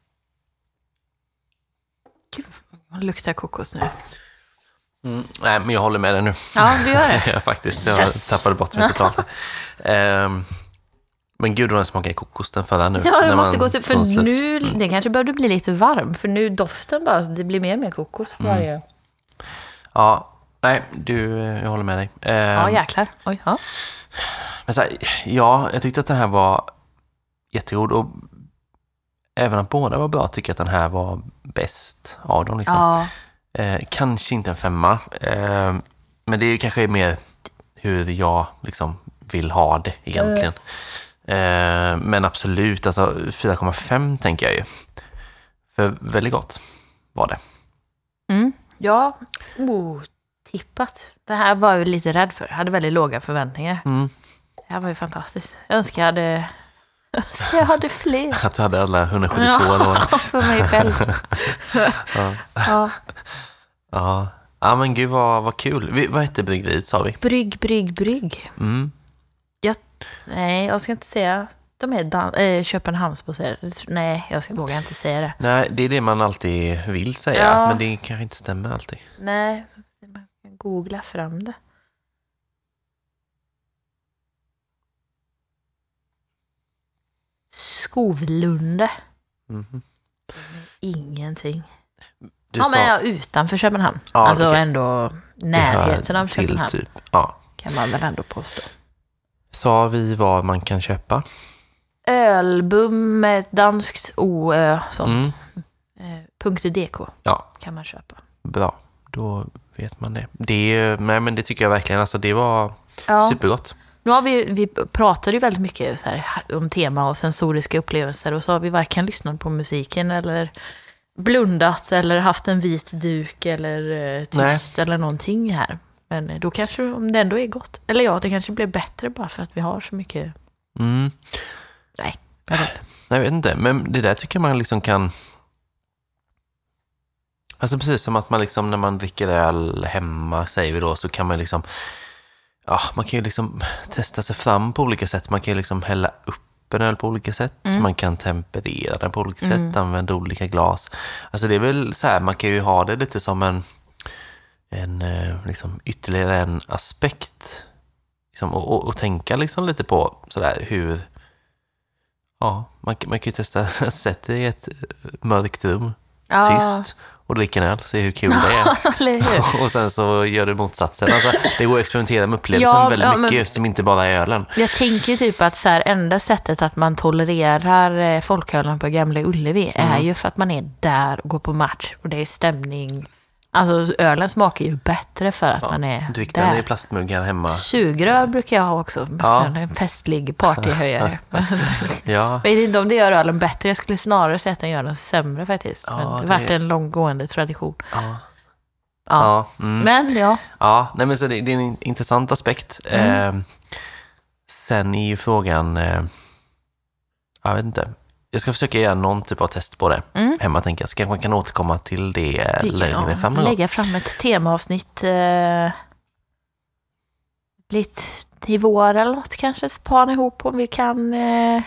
Gud, vad luktar kokos nu. Mm, nej, men jag håller med dig nu. Ja, du gör det. Ja, faktiskt. Jag yes. tappade bort mig totalt. um, men gud, den smakar kokos den förra nu. Ja, det när måste man, gå till, för nu, mm. det kanske behövde bli lite varm, för nu doften bara, det blir mer och mer kokos varje. Mm. Ja, nej, du, jag håller med dig. Um, ja, jäklar. Oj, ja. Men så här, ja, jag tyckte att den här var jättegod och även att båda var bra tycker jag att den här var bäst av dem. Liksom. Ja. Eh, kanske inte en femma, eh, men det är kanske mer hur jag liksom vill ha det egentligen. Mm. Eh, men absolut, alltså fyra komma fem tänker jag ju. För väldigt gott var det. Mm. Ja, otippat. Det här var jag lite rädd för. Jag hade väldigt låga förväntningar. Mm. Det här var ju fantastiskt. Jag önskar jag hade, jag önskar jag hade fler. Att du hade alla hundrasjuttiotvå ja, år. för mig själv. ja. Ja. Ja. Ja, men gud vad, vad kul. Vi, vad heter bryggeriet, sa vi? Brygg, brygg, brygg. Mm. Jag, nej, jag ska inte säga. De är dan- äh, Köpenhamnsbaserade. Nej, jag ska, vågar inte säga det. Nej, det är det man alltid vill säga. Ja. Men det kanske inte stämmer alltid. Nej, man kan googla fram det. Skovlunde. Mm. Ingenting. Du ja, sa, men ja, utanför Köpenhamn. Ja, alltså okej. ändå närheten av till Köpenhamn. typ. Ja. Kan man väl ändå påstå. Sa vi vad man kan köpa? Ölbum med ett danskt O Ö som Mm. eh, .dk Ja. kan man köpa. Bra, då vet man det. Det, nej, men det tycker jag verkligen. Alltså, det var Ja. supergott. Nu har vi, vi pratade ju väldigt mycket så här, om tema och sensoriska upplevelser och så har vi varken lyssnat på musiken eller blundat eller haft en vit duk eller eh, tyst eller någonting här. Men eh, då kanske, om det ändå är gott. Eller ja, det kanske blir bättre bara för att vi har så mycket. Mm. Nej, jag vet. Nej, jag vet inte. Men det där tycker man liksom kan... Alltså precis som att man liksom när man dricker öl hemma, säger vi då, så kan man liksom... Ja, man kan ju liksom testa sig fram på olika sätt. Man kan ju liksom hälla upp en öl på olika sätt. Mm. Man kan temperera den på olika Mm. sätt, använda olika glas. Alltså det är väl så här, man kan ju ha det lite som en, en eh, liksom ytterligare en aspekt. Liksom, och, och, och tänka liksom lite på sådär hur... Ja, man, man kan ju testa, sätta i ett mörkt rum, Ja. tyst, och dricka en öl, se hur kul det är. Eller hur? Och sen så gör du motsatsen. Alltså, det går att experimentera med upplevelsen Ja, väldigt ja, men- mycket, som inte bara är ölen. Jag tänker typ att så här, enda sättet att man tolererar eh, folkölen på Gamla Ullevi är Mm. ju för att man är där och går på match och det är stämning. Alltså ölen smakar ju bättre för att man är Drick den i där. plastmuggar hemma. Sugrör brukar jag ha också. Ja. För en festlig partyhöjare. Ja, Jag vet inte om det gör ölen bättre. Jag skulle snarare säga att den gör den sämre faktiskt. Ja, Men det har det- varit en långgående tradition. ja. Ja. Ja, mm. Men ja. Ja, nej, men så det, det är en intressant aspekt. Mm. Eh, sen är ju frågan... Eh, jag vet inte. Jag ska försöka göra någon typ av test på det Mm. hemma, tänker jag. Så kanske man kan återkomma till det Vi kan, längre ja, fram någon gång. lägga fram ett temaavsnitt eh, lite i vår eller något kanske, spana ihop om vi kan eh,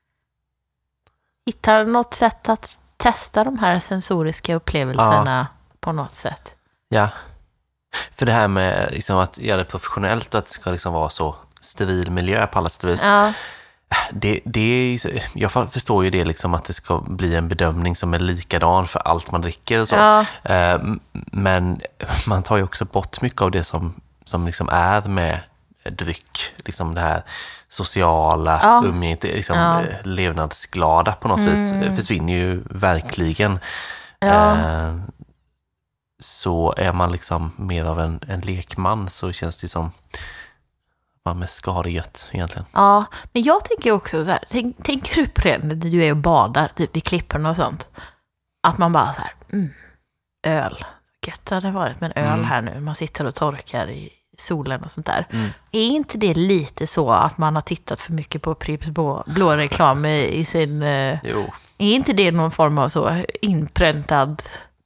hitta något sätt att testa de här sensoriska upplevelserna på något sätt. Ja, för det här med liksom, att göra det professionellt och att det ska liksom vara så steril miljö på alla sätt och vis. Ja, Det, det är, jag förstår ju det liksom, att det ska bli en bedömning som är likadan för allt man dricker och så. ja, Eh, Men man tar ju också bort mycket av det som, som liksom är med dryck. Liksom det här sociala, Ja. umgänget, liksom Ja. eh, levnadsglada på något vis. Det försvinner ju verkligen. ja. Eh, Så är man liksom mer av en, en lekman, så känns det ju som man mest ska ha det gött egentligen. Ja, men jag tänker också så här, tänk, tänker du på det när du är och badar typ i klipporna och sånt? Att man bara så här, mm, öl. Gött hade det varit med en öl Mm. här nu. Man sitter och torkar i solen och sånt där. Mm. Är inte det lite så att man har tittat för mycket på Pripps blå, blå reklam i, i sin... Eh, Jo. är inte det någon form av så inpräntad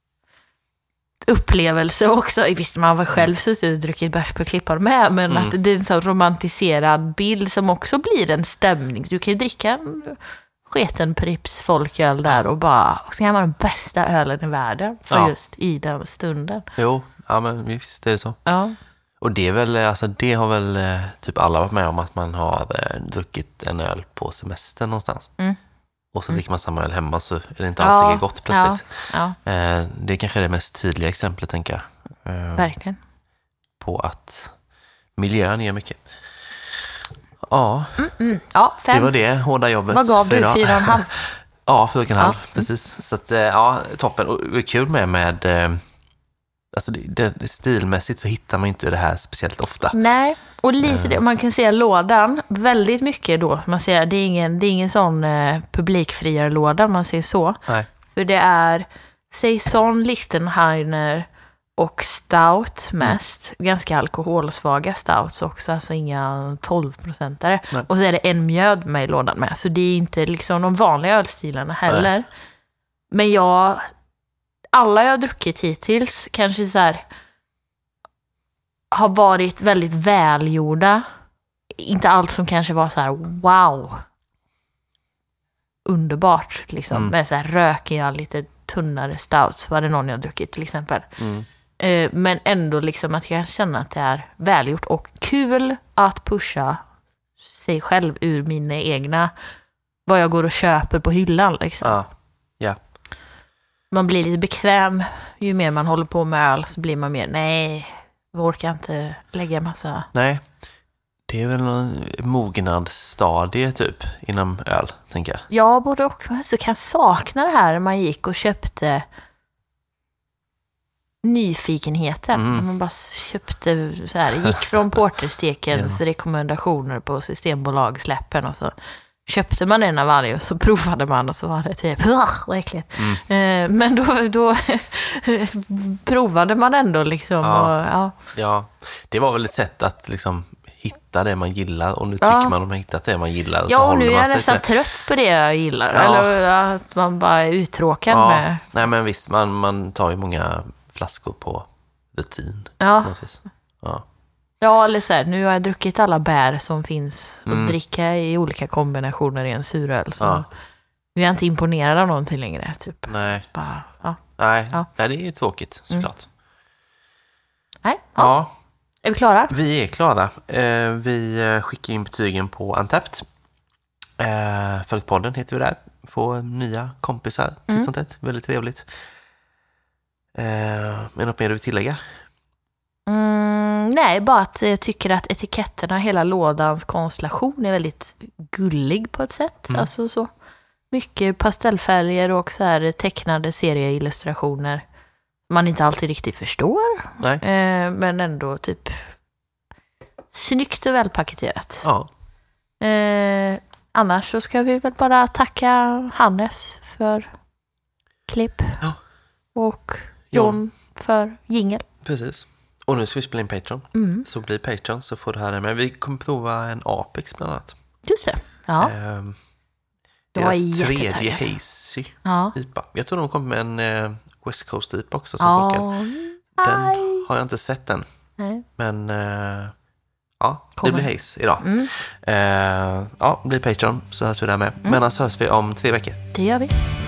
upplevelse också? Visst, man var själv suttit och druckit bärs på klippar med, men Mm. att det är en så romantiserad bild som också blir en stämning. Du kan ju dricka en sketen Pripps folköl där och bara, och så kan man den bästa ölen i världen för Ja. just i den stunden. Jo, ja men visst är det så. Ja. Och det är väl, alltså det har väl eh, typ alla varit med om, att man har eh, druckit en öl på semester någonstans. Mm. Och så dricker man samma öl hemma, så är det inte alls lika gott plötsligt. Ja, Eh, det är kanske det mest tydliga exemplet, tänker jag. Eh, verkligen. på att miljön ger mycket. Ja, Mm, ja, fem. det var det hårda jobbet. Vad gav för du? idag. Fyra och en halv? Ja, fyra och en halv, Ja. precis. Så att, eh, ja, toppen. Och det är kul med, med eh, alltså det, det, stilmässigt så hittar man ju inte det här speciellt ofta. Nej, och lite det, man kan se lådan väldigt mycket då. Man ser, det är ingen, det är ingen sån eh, publikfriarlåda, man ser så. Nej. För det är Saison, Lichtenheiner och stout mest. Ganska alkoholsvaga stouts också, alltså inga tolv-procentare. Nej. Och så är det en mjöd med i lådan med, så det är inte liksom de vanliga ölstilarna heller. Nej. Men jag, alla jag har druckit hittills, kanske så här har varit väldigt välgjorda. Inte allt som kanske var så här wow. Underbart liksom. Mm. Med så här rökiga, lite tunnare stouts. Var det någon jag druckit till exempel. Mm. Eh, men ändå liksom att jag kan känna att det är välgjort och kul att pusha sig själv ur mina egna vad jag går och köper på hyllan liksom. Ja. Ja. Man blir lite bekväm ju mer man håller på med öl, så blir man mer nej, jag orkar inte lägga massa. Nej. Det är väl någon mognadsstadie typ inom öl, tänker jag. Ja, både och. Så kan jag sakna det här när man gick och köpte nyfikenheten. Mm. Man bara köpte så här, gick från Porterstekens ja. rekommendationer på Systembolagsläppen och så köpte man en av varje och så provade man och så var det typ, vad äckligt. Mm. Eh, men då, då provade man ändå liksom. Ja. Och, ja. ja, det var väl ett sätt att liksom hitta det man gillar och nu tycker ja. man att man har hittat det man gillar. Och ja, så och nu är jag sig nästan det. trött på det jag gillar. Ja. Eller att man bara är uttråkad ja. med... Nej, men visst, man, man tar ju många flaskor på rutin. Ja. Ja. Ja, eller så här, nu har jag druckit alla bär som finns Mm. och dricka i olika kombinationer i en suröl. Så Ja. nu är jag inte imponerad av någonting längre. Typ. Nej. Bara, ja. Nej. Ja. Nej, det är ju tråkigt såklart. Mm. Nej, ja. Ja. Är vi klara? Vi är klara. Eh, vi skickar in betygen på Untapped. Eh, Folkpodden heter vi där. Få nya kompisar. Mm. Sånt där. Väldigt trevligt. Eh, är något mer du vill tillägga? Mm, nej, bara att jag tycker att etiketterna, hela lådans konstellation är väldigt gullig på ett sätt. Mm. Alltså så mycket pastellfärger och så här tecknade serieillustrationer. Man inte alltid riktigt förstår. Nej. Eh, men ändå typ snyggt och välpaketerat. Ja. Eh, annars så ska vi väl bara tacka Hannes för klipp. Ja. Och John ja. för jingle. Precis. Och nu ska vi spela in Patreon. Mm. Så blir Patreon så får du höra med. Vi kommer prova en Apex bland annat. Just det. Ja. Eh, det var deras tredje Hazy ja. I P A. Jag tror de kommer med en eh, West Coast I P A också som ja. folkar. Den nice. Har jag inte sett än. Nej. Men eh, ja, kommer. Det blir Haze idag. Mm. Eh, ja, det blir Patreon så hörs vi där med. Mm. Men annars hörs vi om tre veckor. Det gör vi.